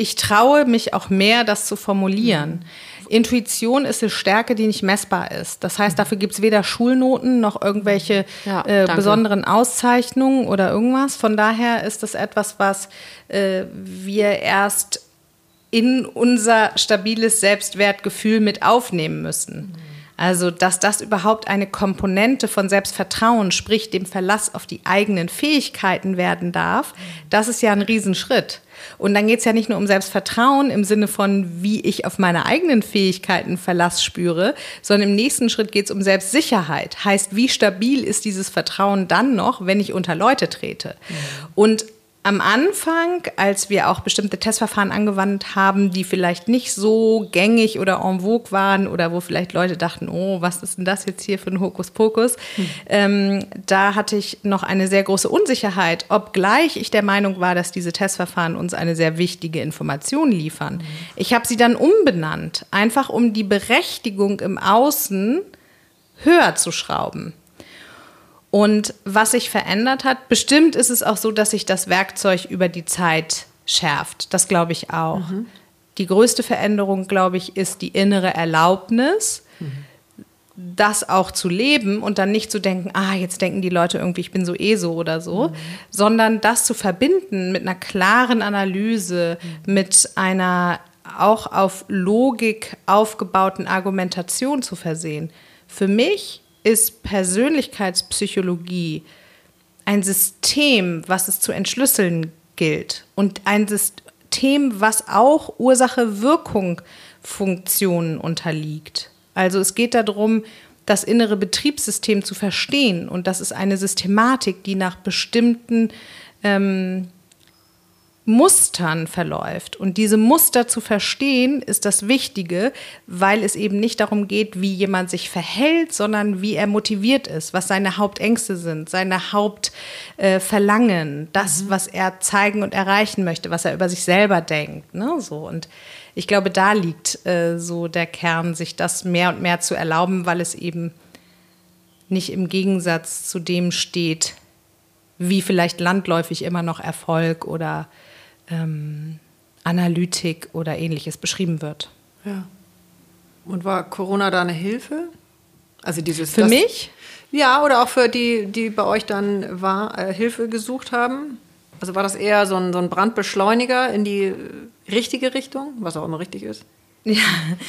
ich traue mich auch mehr, das zu formulieren. Intuition ist eine Stärke, die nicht messbar ist. Das heißt, dafür gibt es weder Schulnoten noch irgendwelche besonderen Auszeichnungen oder irgendwas. Von daher ist das etwas, was wir erst in unser stabiles Selbstwertgefühl mit aufnehmen müssen. Also, dass das überhaupt eine Komponente von Selbstvertrauen, sprich dem Verlass auf die eigenen Fähigkeiten werden darf, das ist ja ein Riesenschritt. Und dann geht es ja nicht nur um Selbstvertrauen im Sinne von, wie ich auf meine eigenen Fähigkeiten Verlass spüre, sondern im nächsten Schritt geht es um Selbstsicherheit. Heißt, wie stabil ist dieses Vertrauen dann noch, wenn ich unter Leute trete? Und am Anfang, als wir auch bestimmte Testverfahren angewandt haben, die vielleicht nicht so gängig oder en vogue waren oder wo vielleicht Leute dachten, oh, was ist denn das jetzt hier für ein Hokuspokus? Da hatte ich noch eine sehr große Unsicherheit, obgleich ich der Meinung war, dass diese Testverfahren uns eine sehr wichtige Information liefern. Ich habe sie dann umbenannt, einfach um die Berechtigung im Außen höher zu schrauben. Und was sich verändert hat, bestimmt ist es auch so, dass sich das Werkzeug über die Zeit schärft. Das glaube ich auch. Die größte Veränderung, glaube ich, ist die innere Erlaubnis, das auch zu leben und dann nicht zu denken, jetzt denken die Leute irgendwie, ich bin so oder so, sondern das zu verbinden mit einer klaren Analyse, mit einer auch auf Logik aufgebauten Argumentation zu versehen. Für mich ist Persönlichkeitspsychologie ein System, was es zu entschlüsseln gilt und ein System, was auch Ursache-Wirkung-Funktionen unterliegt. Also es geht darum, das innere Betriebssystem zu verstehen und das ist eine Systematik, die nach bestimmten Mustern verläuft. Und diese Muster zu verstehen, ist das Wichtige, weil es eben nicht darum geht, wie jemand sich verhält, sondern wie er motiviert ist, was seine Hauptängste sind, seine Hauptverlangen, das, was er zeigen und erreichen möchte, was er über sich selber denkt. Ne? So. Und ich glaube, da liegt so der Kern, sich das mehr und mehr zu erlauben, weil es eben nicht im Gegensatz zu dem steht, wie vielleicht landläufig immer noch Erfolg oder Analytik oder Ähnliches beschrieben wird. Ja. Und war Corona da eine Hilfe? Also für mich? Ja, oder auch für die, die bei euch dann Hilfe gesucht haben? Also war das eher so ein Brandbeschleuniger in die richtige Richtung, was auch immer richtig ist? Ja.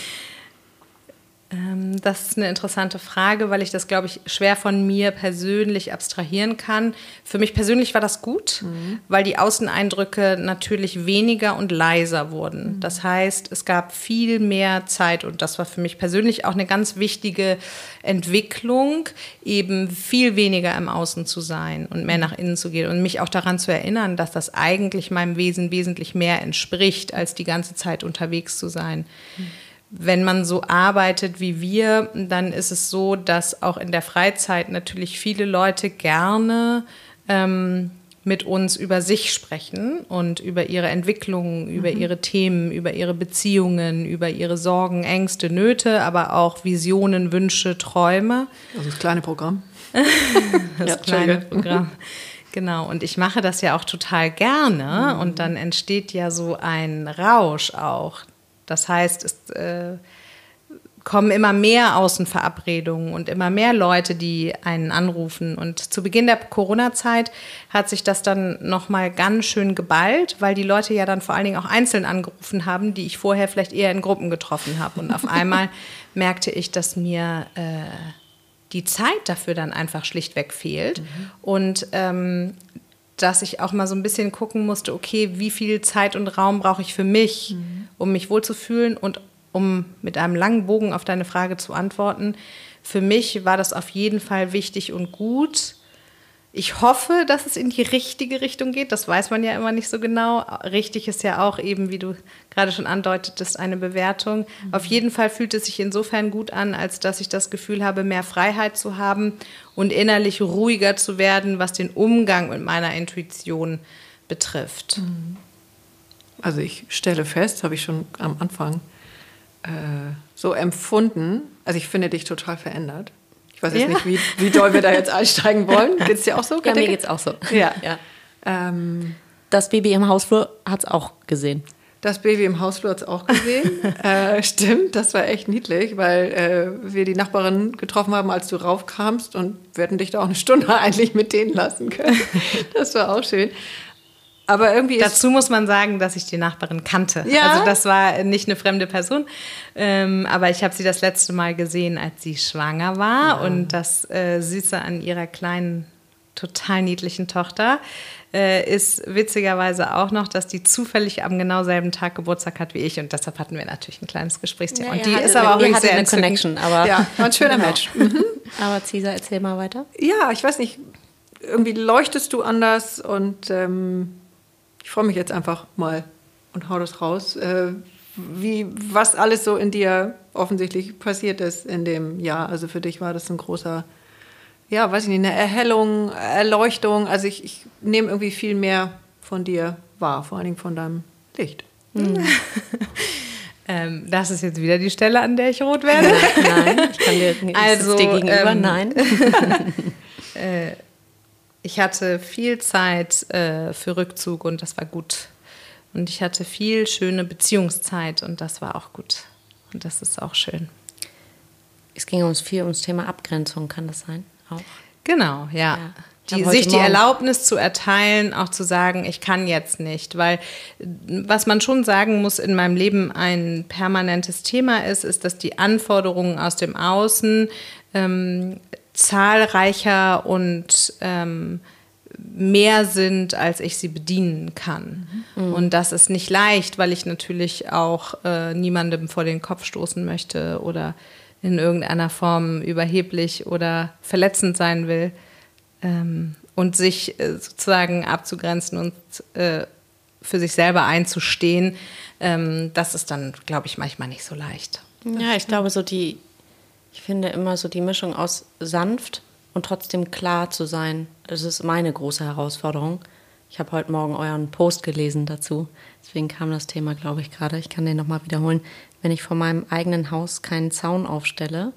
Das ist eine interessante Frage, weil ich das, glaube ich, schwer von mir persönlich abstrahieren kann. Für mich persönlich war das gut, weil die Außeneindrücke natürlich weniger und leiser wurden. Das heißt, es gab viel mehr Zeit und das war für mich persönlich auch eine ganz wichtige Entwicklung, eben viel weniger im Außen zu sein und mehr nach innen zu gehen und mich auch daran zu erinnern, dass das eigentlich meinem Wesen wesentlich mehr entspricht, als die ganze Zeit unterwegs zu sein. Wenn man so arbeitet wie wir, dann ist es so, dass auch in der Freizeit natürlich viele Leute gerne mit uns über sich sprechen und über ihre Entwicklungen, über ihre Themen, über ihre Beziehungen, über ihre Sorgen, Ängste, Nöte, aber auch Visionen, Wünsche, Träume. Also das kleine Programm. Das kleine Programm. Genau, und ich mache das ja auch total gerne und dann entsteht ja so ein Rausch auch. Das heißt, es kommen immer mehr Außenverabredungen und immer mehr Leute, die einen anrufen. Und zu Beginn der Corona-Zeit hat sich das dann nochmal ganz schön geballt, weil die Leute ja dann vor allen Dingen auch einzeln angerufen haben, die ich vorher vielleicht eher in Gruppen getroffen habe. Und auf einmal merkte ich, dass mir die Zeit dafür dann einfach schlichtweg fehlt. Und dass ich auch mal so ein bisschen gucken musste, okay, wie viel Zeit und Raum brauche ich für mich, um mich wohlzufühlen und um mit einem langen Bogen auf deine Frage zu antworten. Für mich war das auf jeden Fall wichtig und gut. Ich hoffe, dass es in die richtige Richtung geht. Das weiß man ja immer nicht so genau. Richtig ist ja auch eben, wie du gerade schon andeutetest, eine Bewertung. Auf jeden Fall fühlt es sich insofern gut an, als dass ich das Gefühl habe, mehr Freiheit zu haben und innerlich ruhiger zu werden, was den Umgang mit meiner Intuition betrifft. Also ich stelle fest, habe ich schon am Anfang so empfunden. Also ich finde dich total verändert. Ich weiß jetzt nicht, wie doll wir da jetzt einsteigen wollen. Geht es dir auch so? Ja, mir geht's auch so. Ja. Das Baby im Hausflur hat es auch gesehen. Das Baby im Hausflur hat es auch gesehen. Stimmt, das war echt niedlich, weil wir die Nachbarin getroffen haben, als du raufkamst und wir hätten dich da auch eine Stunde eigentlich mit denen lassen können. Das war auch schön. Aber irgendwie dazu muss man sagen, dass ich die Nachbarin kannte. Ja? Also das war nicht eine fremde Person, aber ich habe sie das letzte Mal gesehen, als sie schwanger war. Ja. Und das Süße an ihrer kleinen, total niedlichen Tochter ist witzigerweise auch noch, dass die zufällig am genau selben Tag Geburtstag hat wie ich. Und deshalb hatten wir natürlich ein kleines Gesprächsthema. Ja, und die ist aber auch wirklich sehr eine Connection. Aber ja, war ein schöner Match. Aber Cesar, erzähl mal weiter. Ja, ich weiß nicht, irgendwie leuchtest du anders und ich freue mich jetzt einfach mal und hau das raus, was alles so in dir offensichtlich passiert ist in dem Jahr. Also für dich war das ein großer, ja, weiß ich nicht, eine Erhellung, Erleuchtung. Also ich nehme irgendwie viel mehr von dir wahr, vor allen Dingen von deinem Licht. Mhm. Das ist jetzt wieder die Stelle, an der ich rot werde. Nein, ich kann dir gegenüber, nein. Ich hatte viel Zeit für Rückzug und das war gut. Und ich hatte viel schöne Beziehungszeit und das war auch gut. Und das ist auch schön. Es ging viel ums Thema Abgrenzung, kann das sein? Auch? Genau, ja. Sich die Erlaubnis zu erteilen, auch zu sagen, ich kann jetzt nicht. Weil was man schon sagen muss, in meinem Leben ein permanentes Thema ist, dass die Anforderungen aus dem Außen zahlreicher und mehr sind, als ich sie bedienen kann. Mhm. Und das ist nicht leicht, weil ich natürlich auch niemandem vor den Kopf stoßen möchte oder in irgendeiner Form überheblich oder verletzend sein will. Und sich sozusagen abzugrenzen und für sich selber einzustehen, das ist dann, glaube ich, manchmal nicht so leicht. Ja, ich glaube, ich finde immer so die Mischung aus sanft und trotzdem klar zu sein, das ist meine große Herausforderung. Ich habe heute Morgen euren Post gelesen dazu, deswegen kam das Thema, glaube ich, gerade. Ich kann den nochmal wiederholen. Wenn ich vor meinem eigenen Haus keinen Zaun aufstelle,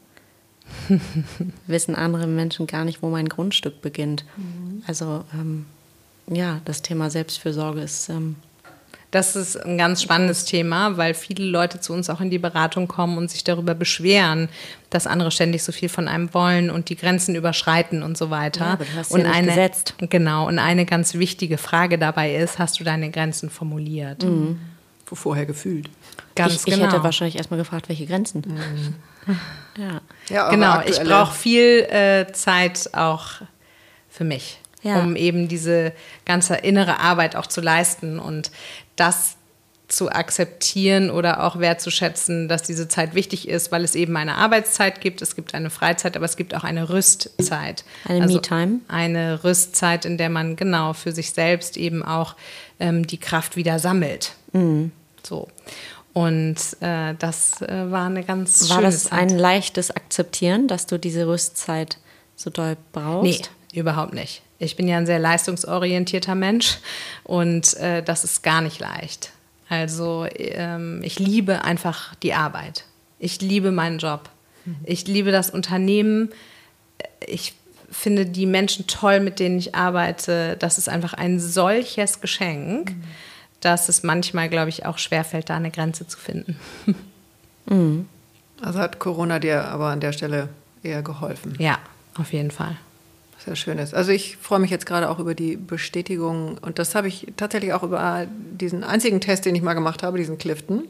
wissen andere Menschen gar nicht, wo mein Grundstück beginnt. Mhm. Also ja, das Thema Selbstfürsorge ist... Das ist ein ganz spannendes Thema, weil viele Leute zu uns auch in die Beratung kommen und sich darüber beschweren, dass andere ständig so viel von einem wollen und die Grenzen überschreiten und so weiter. Ja, aber du hast ja nicht gesetzt. Genau, und eine ganz wichtige Frage dabei ist, hast du deine Grenzen formuliert? Mhm. Vorher gefühlt. Ganz genau. Ich hätte wahrscheinlich erstmal gefragt, welche Grenzen. Mhm. Ja, genau, ich brauche viel Zeit auch für mich, um eben diese ganze innere Arbeit auch zu leisten und das zu akzeptieren oder auch wertzuschätzen, dass diese Zeit wichtig ist, weil es eben eine Arbeitszeit gibt, es gibt eine Freizeit, aber es gibt auch eine Rüstzeit. Eine Me-Time. Eine Rüstzeit, in der man genau für sich selbst eben auch die Kraft wieder sammelt. Mhm. So. Und das war eine ganz schöne Zeit. War das ein leichtes Akzeptieren, dass du diese Rüstzeit so doll brauchst? Nee, überhaupt nicht. Ich bin ja ein sehr leistungsorientierter Mensch und das ist gar nicht leicht. Also ich liebe einfach die Arbeit. Ich liebe meinen Job. Mhm. Ich liebe das Unternehmen. Ich finde die Menschen toll, mit denen ich arbeite. Das ist einfach ein solches Geschenk, dass es manchmal, glaube ich, auch schwerfällt, da eine Grenze zu finden. Mhm. Also hat Corona dir aber an der Stelle eher geholfen? Ja, auf jeden Fall. Sehr schön ist. Also ich freue mich jetzt gerade auch über die Bestätigung und das habe ich tatsächlich auch über diesen einzigen Test, den ich mal gemacht habe, diesen Clifton.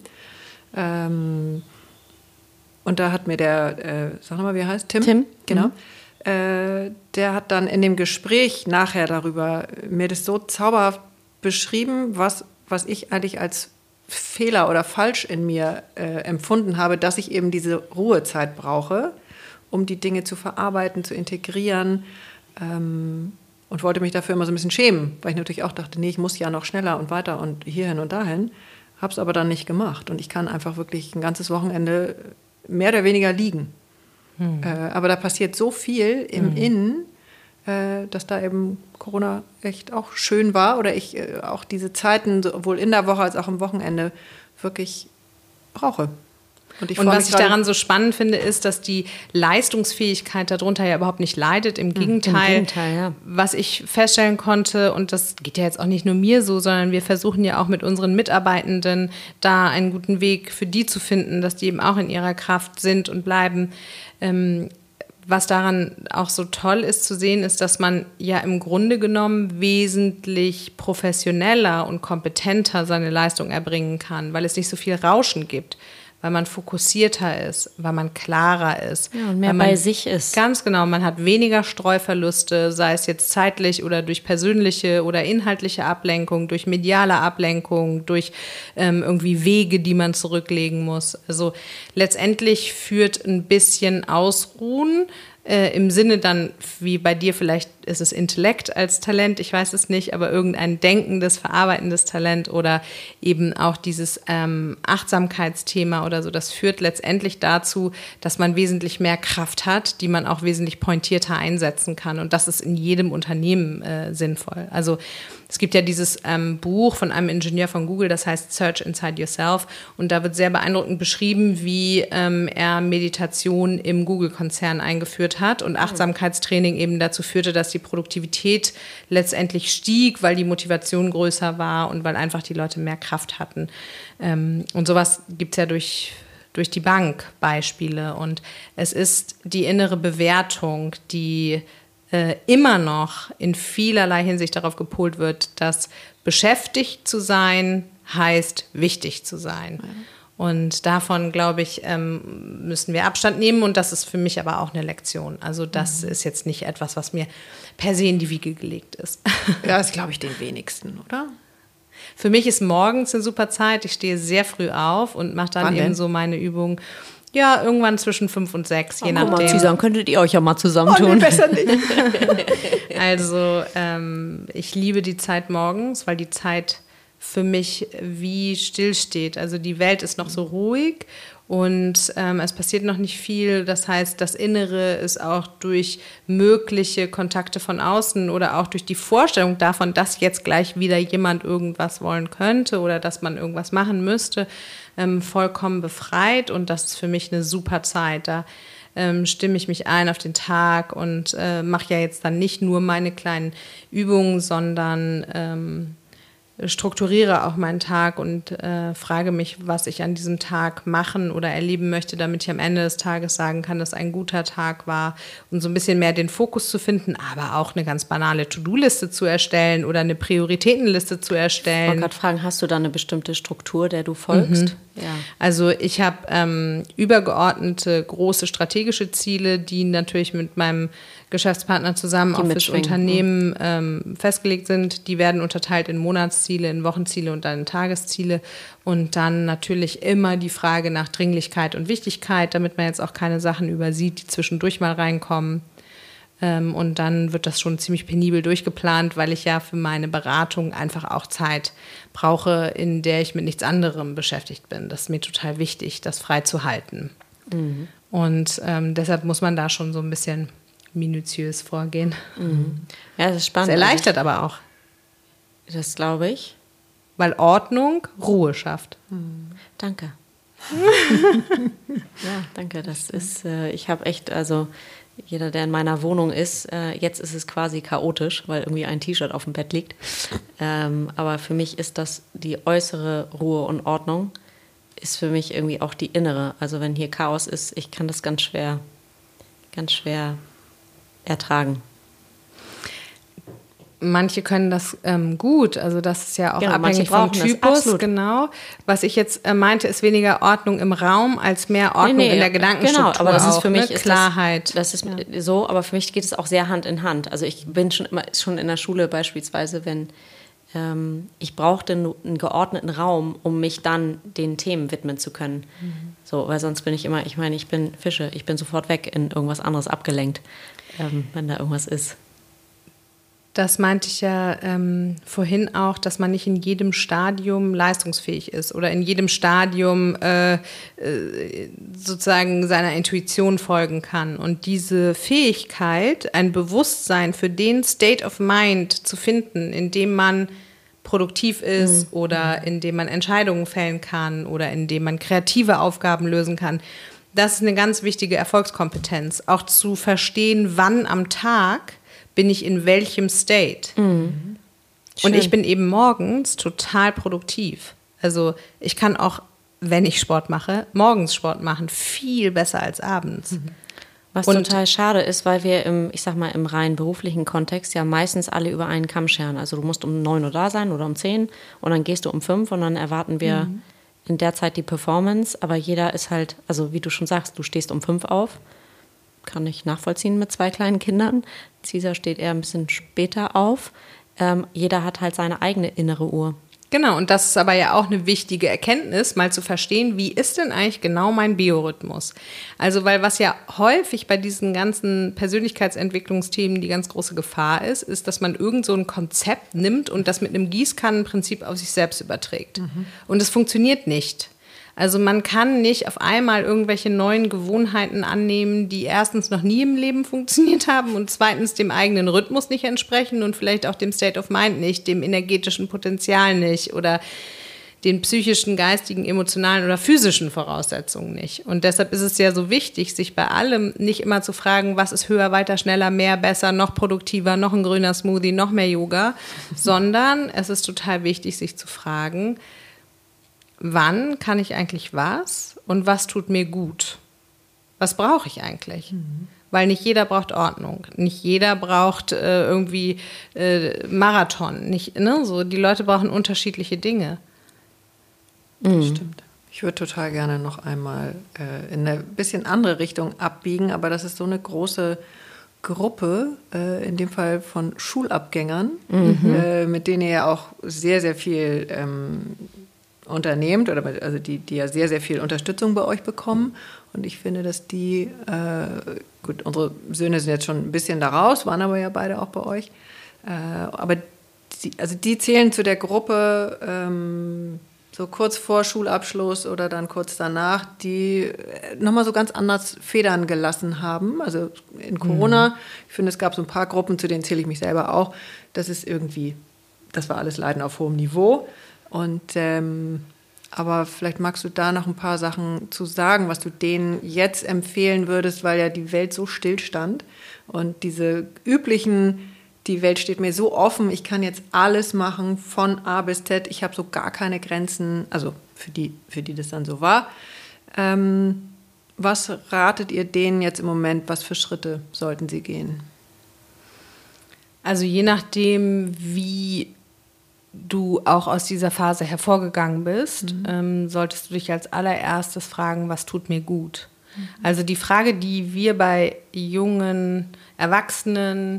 Und da hat mir der, sag nochmal, wie er heißt? Tim? Genau. Der hat dann in dem Gespräch nachher darüber mir das so zauberhaft beschrieben, was ich eigentlich als Fehler oder falsch in mir empfunden habe, dass ich eben diese Ruhezeit brauche, um die Dinge zu verarbeiten, zu integrieren. Und wollte mich dafür immer so ein bisschen schämen, weil ich natürlich auch dachte, nee, ich muss ja noch schneller und weiter und hierhin und dahin. Habe es aber dann nicht gemacht. Und ich kann einfach wirklich ein ganzes Wochenende mehr oder weniger liegen. Aber da passiert so viel im Innen, dass da eben Corona echt auch schön war. Oder ich auch diese Zeiten sowohl in der Woche als auch am Wochenende wirklich brauche. Und was ich daran so spannend finde, ist, dass die Leistungsfähigkeit darunter ja überhaupt nicht leidet. Im Gegenteil, ja. Was ich feststellen konnte, und das geht ja jetzt auch nicht nur mir so, sondern wir versuchen ja auch mit unseren Mitarbeitenden da einen guten Weg für die zu finden, dass die eben auch in ihrer Kraft sind und bleiben. Was daran auch so toll ist zu sehen, ist, dass man ja im Grunde genommen wesentlich professioneller und kompetenter seine Leistung erbringen kann, weil es nicht so viel Rauschen gibt, weil man fokussierter ist, weil man klarer ist. Ja, und mehr bei sich ist. Ganz genau, man hat weniger Streuverluste, sei es jetzt zeitlich oder durch persönliche oder inhaltliche Ablenkung, durch mediale Ablenkung, durch irgendwie Wege, die man zurücklegen muss. Also letztendlich führt ein bisschen Ausruhen im Sinne dann, wie bei dir vielleicht ist es Intellekt als Talent, ich weiß es nicht, aber irgendein denkendes, verarbeitendes Talent oder eben auch dieses Achtsamkeitsthema oder so, das führt letztendlich dazu, dass man wesentlich mehr Kraft hat, die man auch wesentlich pointierter einsetzen kann, und das ist in jedem Unternehmen sinnvoll. Also es gibt ja dieses Buch von einem Ingenieur von Google, das heißt Search Inside Yourself, und da wird sehr beeindruckend beschrieben, wie er Meditation im Google-Konzern eingeführt hat und Achtsamkeitstraining eben dazu führte, dass die Produktivität letztendlich stieg, weil die Motivation größer war und weil einfach die Leute mehr Kraft hatten. Und sowas gibt es ja durch die Bank Beispiele, und es ist die innere Bewertung, die immer noch in vielerlei Hinsicht darauf gepolt wird, dass beschäftigt zu sein heißt, wichtig zu sein. Ja. Und davon, glaube ich, müssen wir Abstand nehmen, und das ist für mich aber auch eine Lektion. Also das ist jetzt nicht etwas, was mir per se in die Wiege gelegt ist. Ja, das glaube ich den wenigsten, oder? Für mich ist morgens eine super Zeit. Ich stehe sehr früh auf und mache dann eben so meine Übungen. Ja, irgendwann zwischen 5 und 6, je nachdem. Mal zusammen, könntet ihr euch ja mal zusammentun. Nee, besser nicht. Also ich liebe die Zeit morgens, weil die Zeit für mich wie stillsteht. Also die Welt ist noch so ruhig und es passiert noch nicht viel. Das heißt, das Innere ist auch durch mögliche Kontakte von außen oder auch durch die Vorstellung davon, dass jetzt gleich wieder jemand irgendwas wollen könnte oder dass man irgendwas machen müsste, vollkommen befreit, und das ist für mich eine super Zeit. Da stimme ich mich ein auf den Tag und mache ja jetzt dann nicht nur meine kleinen Übungen, sondern strukturiere auch meinen Tag und frage mich, was ich an diesem Tag machen oder erleben möchte, damit ich am Ende des Tages sagen kann, dass ein guter Tag war, und so ein bisschen mehr den Fokus zu finden, aber auch eine ganz banale To-Do-Liste zu erstellen oder eine Prioritätenliste zu erstellen. Ich wollte gerade fragen, hast du da eine bestimmte Struktur, der du folgst? Ja. Also ich habe übergeordnete große strategische Ziele, die natürlich mit meinem Geschäftspartner zusammen auch fürs Unternehmen festgelegt sind. Die werden unterteilt in Monatsziele, in Wochenziele und dann in Tagesziele. Und dann natürlich immer die Frage nach Dringlichkeit und Wichtigkeit, damit man jetzt auch keine Sachen übersieht, die zwischendurch mal reinkommen. Und dann wird das schon ziemlich penibel durchgeplant, weil ich ja für meine Beratung einfach auch Zeit brauche, in der ich mit nichts anderem beschäftigt bin. Das ist mir total wichtig, das frei zu halten. Mhm. Und deshalb muss man da schon so ein bisschen minutiös vorgehen. Mhm. Ja, das ist spannend. Das erleichtert aber auch. Das glaube ich. Weil Ordnung Ruhe schafft. Mhm. Danke. Ja, danke. Das ist, ich habe echt, also jeder, der in meiner Wohnung ist, jetzt ist es quasi chaotisch, weil irgendwie ein T-Shirt auf dem Bett liegt. Aber für mich ist das die äußere Ruhe und Ordnung, ist für mich irgendwie auch die innere. Also wenn hier Chaos ist, ich kann das ganz schwer ertragen. Manche können das gut, also das ist ja auch abhängig vom Typus. Genau. Was ich jetzt meinte, ist weniger Ordnung im Raum als mehr Ordnung in der Gedankenstruktur. Genau, aber das ist für mich Klarheit. Das ist so, aber für mich geht es auch sehr Hand in Hand. Also ich bin schon in der Schule beispielsweise, wenn ich brauchte einen geordneten Raum, um mich dann den Themen widmen zu können. Mhm. So, weil sonst bin ich bin Fische, ich bin sofort weg in irgendwas anderes abgelenkt, wenn da irgendwas ist. Das meinte ich ja vorhin auch, dass man nicht in jedem Stadium leistungsfähig ist oder in jedem Stadium sozusagen seiner Intuition folgen kann. Und diese Fähigkeit, ein Bewusstsein für den State of Mind zu finden, in dem man produktiv ist oder in dem man Entscheidungen fällen kann oder in dem man kreative Aufgaben lösen kann. Das ist eine ganz wichtige Erfolgskompetenz. Auch zu verstehen, wann am Tag bin ich in welchem State. Und ich bin eben morgens total produktiv. Also ich kann auch, wenn ich Sport mache, morgens Sport machen, viel besser als abends. Was total schade ist, weil wir im rein beruflichen Kontext ja meistens alle über einen Kamm scheren. Also du musst um 9 Uhr da sein oder um 10 und dann gehst du um 5 und dann erwarten wir in der Zeit die Performance. Aber jeder ist halt, also wie du schon sagst, du stehst um 5 auf. Kann ich nachvollziehen mit 2 kleinen Kindern. Cesar steht eher ein bisschen später auf. Jeder hat halt seine eigene innere Uhr. Genau, und das ist aber ja auch eine wichtige Erkenntnis, mal zu verstehen, wie ist denn eigentlich genau mein Biorhythmus? Also, weil was ja häufig bei diesen ganzen Persönlichkeitsentwicklungsthemen die ganz große Gefahr ist, dass man irgend so ein Konzept nimmt und das mit einem Gießkannenprinzip auf sich selbst überträgt. Und es funktioniert nicht. Also man kann nicht auf einmal irgendwelche neuen Gewohnheiten annehmen, die erstens noch nie im Leben funktioniert haben und zweitens dem eigenen Rhythmus nicht entsprechen und vielleicht auch dem State of Mind nicht, dem energetischen Potenzial nicht oder den psychischen, geistigen, emotionalen oder physischen Voraussetzungen nicht. Und deshalb ist es ja so wichtig, sich bei allem nicht immer zu fragen, was ist höher, weiter, schneller, mehr, besser, noch produktiver, noch ein grüner Smoothie, noch mehr Yoga, sondern es ist total wichtig, sich zu fragen, wann kann ich eigentlich was und was tut mir gut? Was brauche ich eigentlich? Weil nicht jeder braucht Ordnung, nicht jeder braucht irgendwie Marathon. Nicht, ne? So, die Leute brauchen unterschiedliche Dinge. Das stimmt. Ich würde total gerne noch einmal in eine bisschen andere Richtung abbiegen, aber das ist so eine große Gruppe, in dem Fall von Schulabgängern, mit denen ihr ja auch sehr, sehr viel unternehmt, also die ja sehr, sehr viel Unterstützung bei euch bekommen. Und ich finde, dass die, gut, unsere Söhne sind jetzt schon ein bisschen da raus, waren aber ja beide auch bei euch. Aber die zählen zu der Gruppe so kurz vor Schulabschluss oder dann kurz danach, die nochmal so ganz anders Federn gelassen haben. Also in Corona, ich finde, es gab so ein paar Gruppen, zu denen zähle ich mich selber auch. Das war alles Leiden auf hohem Niveau. Und aber vielleicht magst du da noch ein paar Sachen zu sagen, was du denen jetzt empfehlen würdest, weil ja die Welt so stillstand und diese üblichen, die Welt steht mir so offen, ich kann jetzt alles machen von A bis Z, ich habe so gar keine Grenzen, also für die das dann so war. Was ratet ihr denen jetzt im Moment, was für Schritte sollten sie gehen? Also je nachdem, wie du auch aus dieser Phase hervorgegangen bist, solltest du dich als allererstes fragen, was tut mir gut? Also die Frage, die wir bei jungen Erwachsenen,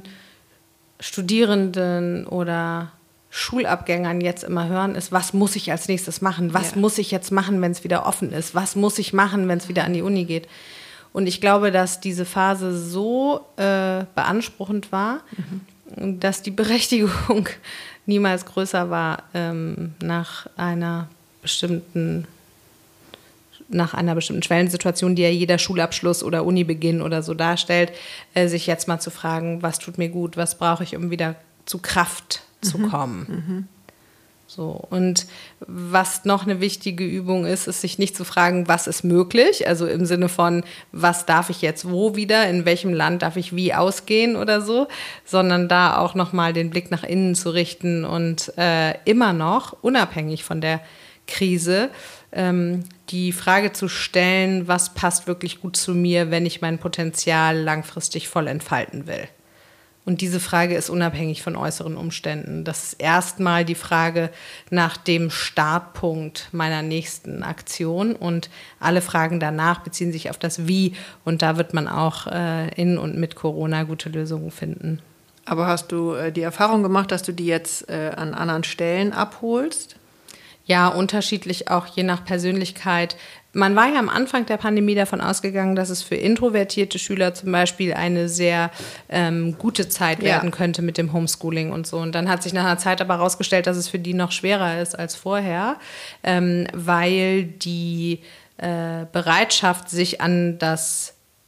Studierenden oder Schulabgängern jetzt immer hören, ist, was muss ich als nächstes machen? Was muss ich jetzt machen, wenn es wieder offen ist? Was muss ich machen, wenn es wieder an die Uni geht? Und ich glaube, dass diese Phase so beanspruchend war, dass die Berechtigung niemals größer war, nach einer bestimmten Schwellensituation, die ja jeder Schulabschluss oder Unibeginn oder so darstellt, sich jetzt mal zu fragen, was tut mir gut, was brauche ich, um wieder zu Kraft zu kommen. So, und was noch eine wichtige Übung ist, sich nicht zu fragen, was ist möglich, also im Sinne von, was darf ich jetzt wo wieder, in welchem Land darf ich wie ausgehen oder so, sondern da auch nochmal den Blick nach innen zu richten und immer noch, unabhängig von der Krise, die Frage zu stellen, was passt wirklich gut zu mir, wenn ich mein Potenzial langfristig voll entfalten will. Und diese Frage ist unabhängig von äußeren Umständen. Das ist erstmal die Frage nach dem Startpunkt meiner nächsten Aktion. Und alle Fragen danach beziehen sich auf das Wie. Und da wird man auch in und mit Corona gute Lösungen finden. Aber hast du die Erfahrung gemacht, dass du die jetzt an anderen Stellen abholst? Ja, unterschiedlich auch je nach Persönlichkeit. Man war ja am Anfang der Pandemie davon ausgegangen, dass es für introvertierte Schüler zum Beispiel eine sehr gute Zeit werden könnte mit dem Homeschooling und so. Und dann hat sich nach einer Zeit aber herausgestellt, dass es für die noch schwerer ist als vorher, weil die Bereitschaft, sich an das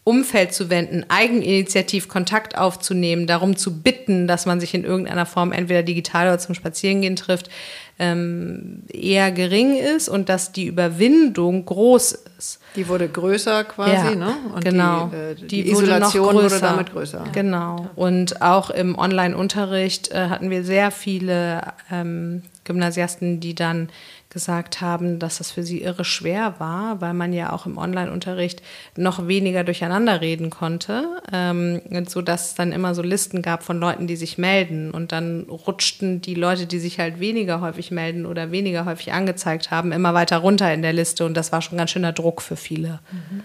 Umfeld zu wenden, eigeninitiativ Kontakt aufzunehmen, darum zu bitten, dass man sich in irgendeiner Form entweder digital oder zum Spazierengehen trifft, eher gering ist und dass die Überwindung groß ist. Die wurde größer quasi, ne? Und genau. Die Isolation wurde damit größer. Genau. Und auch im Online-Unterricht hatten wir sehr viele Gymnasiasten, die dann gesagt haben, dass das für sie irre schwer war, weil man ja auch im Online-Unterricht noch weniger durcheinander reden konnte, sodass es dann immer so Listen gab von Leuten, die sich melden und dann rutschten die Leute, die sich halt weniger häufig melden oder weniger häufig angezeigt haben, immer weiter runter in der Liste und das war schon ganz schöner Druck für viele.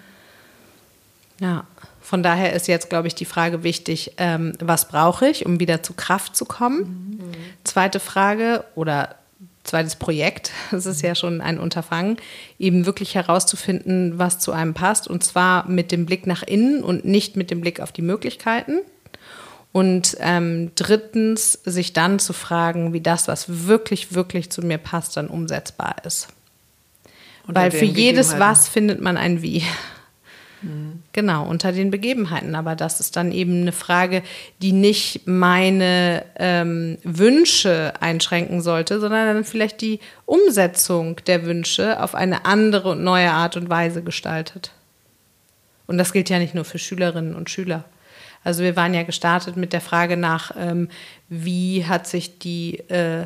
Ja, von daher ist jetzt, glaube ich, die Frage wichtig, was brauche ich, um wieder zu Kraft zu kommen? Zweite Frage oder zweites Projekt, das ist ja schon ein Unterfangen, eben wirklich herauszufinden, was zu einem passt und zwar mit dem Blick nach innen und nicht mit dem Blick auf die Möglichkeiten. Und drittens, sich dann zu fragen, wie das, was wirklich, wirklich zu mir passt, dann umsetzbar ist. Weil für jedes Was findet man ein Wie. Genau, unter den Begebenheiten. Aber das ist dann eben eine Frage, die nicht meine Wünsche einschränken sollte, sondern dann vielleicht die Umsetzung der Wünsche auf eine andere und neue Art und Weise gestaltet. Und das gilt ja nicht nur für Schülerinnen und Schüler. Also wir waren ja gestartet mit der Frage nach, wie hat sich die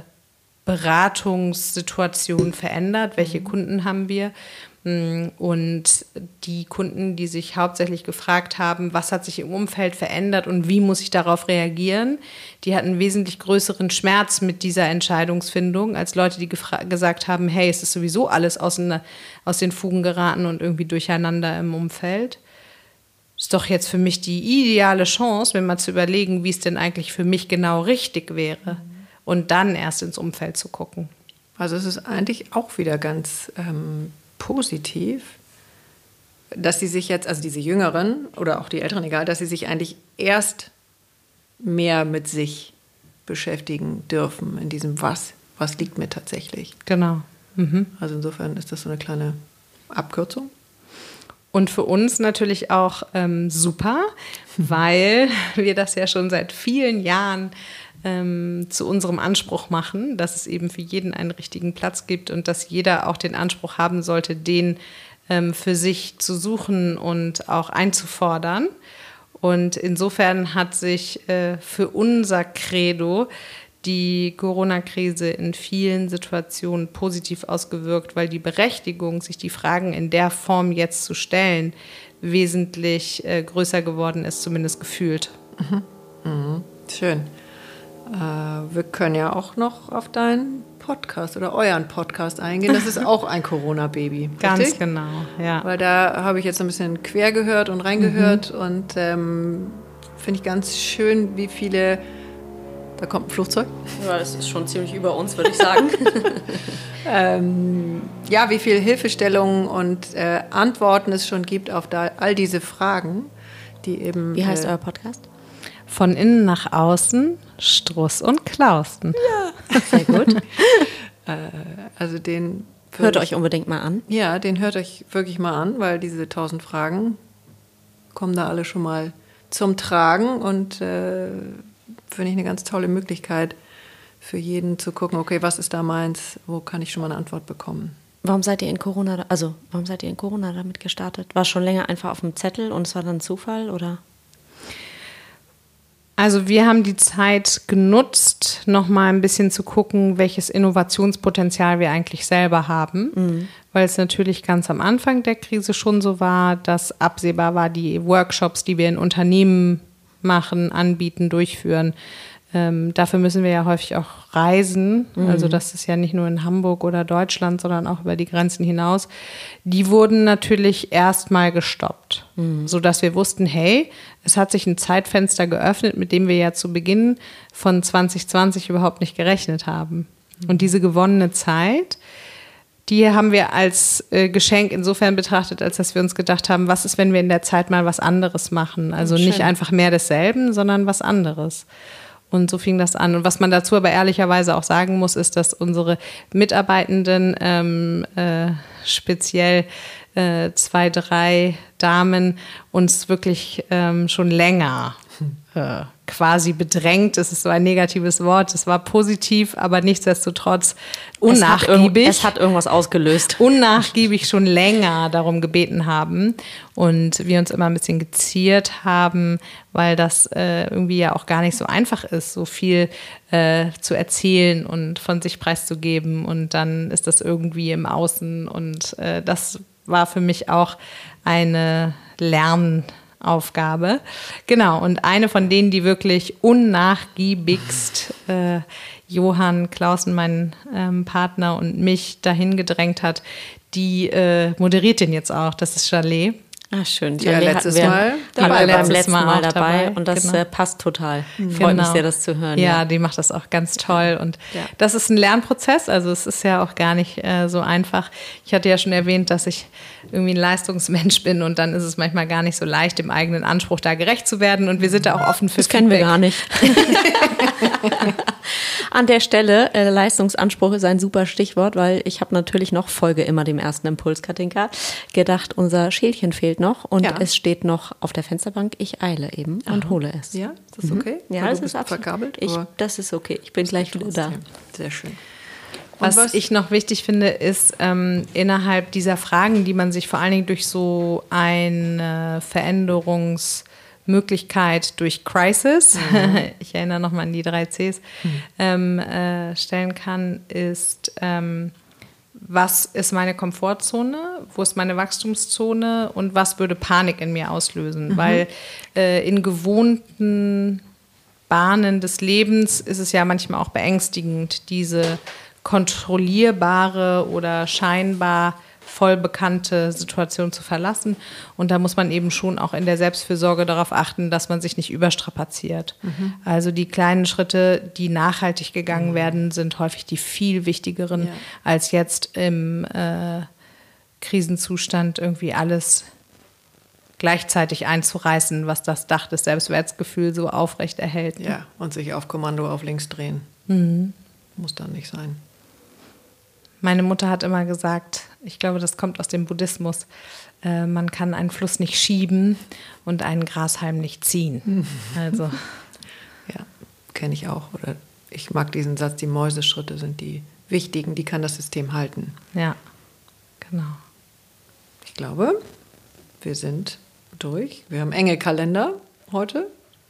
Beratungssituation verändert, welche Kunden haben wir? Und die Kunden, die sich hauptsächlich gefragt haben, was hat sich im Umfeld verändert und wie muss ich darauf reagieren, die hatten wesentlich größeren Schmerz mit dieser Entscheidungsfindung als Leute, die gesagt haben, hey, es ist sowieso alles aus den Fugen geraten und irgendwie durcheinander im Umfeld. Ist doch jetzt für mich die ideale Chance, mir mal zu überlegen, wie es denn eigentlich für mich genau richtig wäre und dann erst ins Umfeld zu gucken. Also es ist eigentlich auch wieder ganz positiv, dass sie sich jetzt, also diese Jüngeren oder auch die Älteren, egal, dass sie sich eigentlich erst mehr mit sich beschäftigen dürfen in diesem Was liegt mir tatsächlich. Genau. Also insofern ist das so eine kleine Abkürzung. Und für uns natürlich auch super, weil wir das ja schon seit vielen Jahren zu unserem Anspruch machen, dass es eben für jeden einen richtigen Platz gibt und dass jeder auch den Anspruch haben sollte, den für sich zu suchen und auch einzufordern. Und insofern hat sich für unser Credo die Corona-Krise in vielen Situationen positiv ausgewirkt, weil die Berechtigung, sich die Fragen in der Form jetzt zu stellen, wesentlich größer geworden ist, zumindest gefühlt. Schön. Wir können ja auch noch auf deinen Podcast oder euren Podcast eingehen. Das ist auch ein Corona-Baby. Ganz richtig? genau, ja. Weil da habe ich jetzt ein bisschen quer gehört und reingehört und finde ich ganz schön, wie viele... Da kommt ein Flugzeug. Ja, das ist schon ziemlich über uns, würde ich sagen. Ja, wie viele Hilfestellungen und Antworten es schon gibt auf all diese Fragen, die eben... Wie heißt euer Podcast? Von innen nach außen, Struss und Klausten. Ja, sehr gut. Also den... Hört euch unbedingt mal an. Ja, den hört euch wirklich mal an, weil diese 1000 Fragen kommen da alle schon mal zum Tragen und finde ich eine ganz tolle Möglichkeit für jeden zu gucken, okay, was ist da meins, wo kann ich schon mal eine Antwort bekommen. Warum seid ihr in Corona damit gestartet? War es schon länger einfach auf dem Zettel und es war dann Zufall, oder? Also wir haben die Zeit genutzt, noch mal ein bisschen zu gucken, welches Innovationspotenzial wir eigentlich selber haben, weil es natürlich ganz am Anfang der Krise schon so war, dass absehbar war, die Workshops, die wir in Unternehmen machen, anbieten, durchführen. Dafür müssen wir ja häufig auch reisen. Also das ist ja nicht nur in Hamburg oder Deutschland, sondern auch über die Grenzen hinaus. Die wurden natürlich erstmal gestoppt, sodass wir wussten, hey, es hat sich ein Zeitfenster geöffnet, mit dem wir ja zu Beginn von 2020 überhaupt nicht gerechnet haben. Und diese gewonnene Zeit, die haben wir als Geschenk insofern betrachtet, als dass wir uns gedacht haben, was ist, wenn wir in der Zeit mal was anderes machen? Also nicht einfach mehr desselben, sondern was anderes. Und so fing das an. Und was man dazu aber ehrlicherweise auch sagen muss, ist, dass unsere Mitarbeitenden speziell 2, 3 Damen uns wirklich schon länger quasi bedrängt. Es ist so ein negatives Wort. Es war positiv, aber nichtsdestotrotz unnachgiebig. Es hat irgendwas ausgelöst. Unnachgiebig schon länger darum gebeten haben und wir uns immer ein bisschen geziert haben, weil das irgendwie ja auch gar nicht so einfach ist, so viel zu erzählen und von sich preiszugeben und dann ist das irgendwie im Außen und das war für mich auch eine Lernaufgabe. Genau, und eine von denen, die wirklich unnachgiebigst Johann Clausen, mein Partner und mich dahin gedrängt hat, die moderiert den jetzt auch. Das ist Jaleh. Ah, schön. Ja, letztes Mal dabei. Beim letzten Mal auch dabei. Und das genau. Passt total. Freut mich sehr, das zu hören. Ja, die macht das auch ganz toll. Und das ist ein Lernprozess. Also es ist ja auch gar nicht so einfach. Ich hatte ja schon erwähnt, dass ich irgendwie ein Leistungsmensch bin. Und dann ist es manchmal gar nicht so leicht, dem eigenen Anspruch da gerecht zu werden. Und wir sind da auch offen für das kennen wir gar nicht. An der Stelle, Leistungsanspruch ist ein super Stichwort, weil ich habe natürlich noch, folge immer dem ersten Impuls, Katinka, gedacht, unser Schälchen fehlt noch und es steht noch auf der Fensterbank. Ich eile eben und hole es. Ja, ist das okay? Ja, das ist absolut verkabelt. Das ist okay. Ich bin gleich wieder da. Sehr schön. Was ich noch wichtig finde, ist innerhalb dieser Fragen, die man sich vor allen Dingen durch so eine Veränderungsmöglichkeit durch Crisis, ich erinnere nochmal an die 3 Cs, stellen kann, ist, was ist meine Komfortzone, wo ist meine Wachstumszone und was würde Panik in mir auslösen? Weil in gewohnten Bahnen des Lebens ist es ja manchmal auch beängstigend, diese kontrollierbare oder scheinbar voll bekannte Situation zu verlassen. Und da muss man eben schon auch in der Selbstfürsorge darauf achten, dass man sich nicht überstrapaziert. Also die kleinen Schritte, die nachhaltig gegangen werden, sind häufig die viel wichtigeren, als jetzt im Krisenzustand irgendwie alles gleichzeitig einzureißen, was das Dach des Selbstwertgefühls so aufrecht erhält. Ja, und sich auf Kommando auf links drehen. Muss dann nicht sein. Meine Mutter hat immer gesagt, ich glaube, das kommt aus dem Buddhismus, man kann einen Fluss nicht schieben und einen Grashalm nicht ziehen. Also. Ja, kenne ich auch. Oder ich mag diesen Satz, die Mäuseschritte sind die wichtigen, die kann das System halten. Ja, genau. Ich glaube, wir sind durch. Wir haben enge Kalender heute.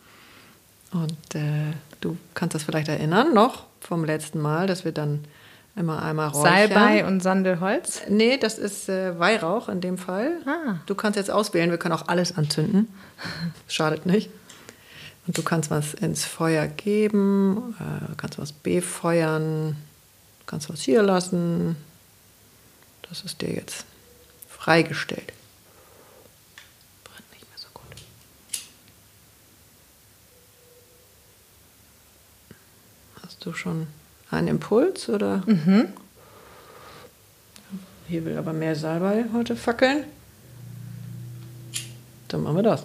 Und du kannst das vielleicht erinnern noch vom letzten Mal, dass wir dann immer einmal räuchern. Salbei und Sandelholz? Nee, das ist Weihrauch in dem Fall. Du kannst jetzt auswählen, wir können auch alles anzünden. Schadet nicht. Und du kannst was ins Feuer geben, kannst was befeuern, kannst was hier lassen. Das ist dir jetzt freigestellt. Brennt nicht mehr so gut. Hast du schon einen Impuls, oder? Hier will aber mehr Salbei heute fackeln. Dann machen wir das.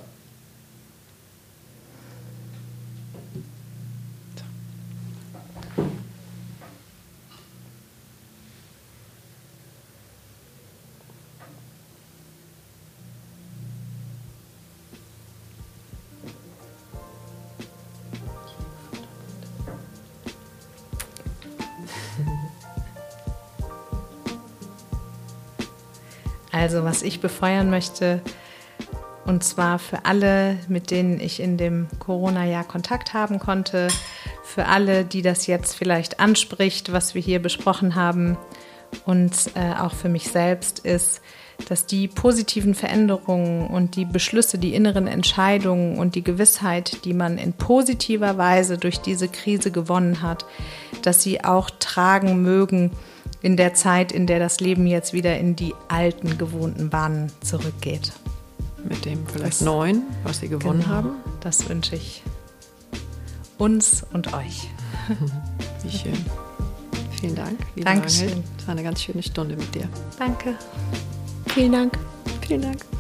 Also was ich befeuern möchte, und zwar für alle, mit denen ich in dem Corona-Jahr Kontakt haben konnte, für alle, die das jetzt vielleicht anspricht, was wir hier besprochen haben, und auch für mich selbst ist, dass die positiven Veränderungen und die Beschlüsse, die inneren Entscheidungen und die Gewissheit, die man in positiver Weise durch diese Krise gewonnen hat, dass sie auch tragen mögen in der Zeit, in der das Leben jetzt wieder in die alten, gewohnten Bahnen zurückgeht. Mit dem vielleicht Neuen, was Sie gewonnen haben. Das wünsche ich uns und euch. Wie schön. Vielen Dank, liebe Dankeschön. Ranghild. Es war eine ganz schöne Stunde mit dir. Danke. Vielen Dank. Vielen Dank.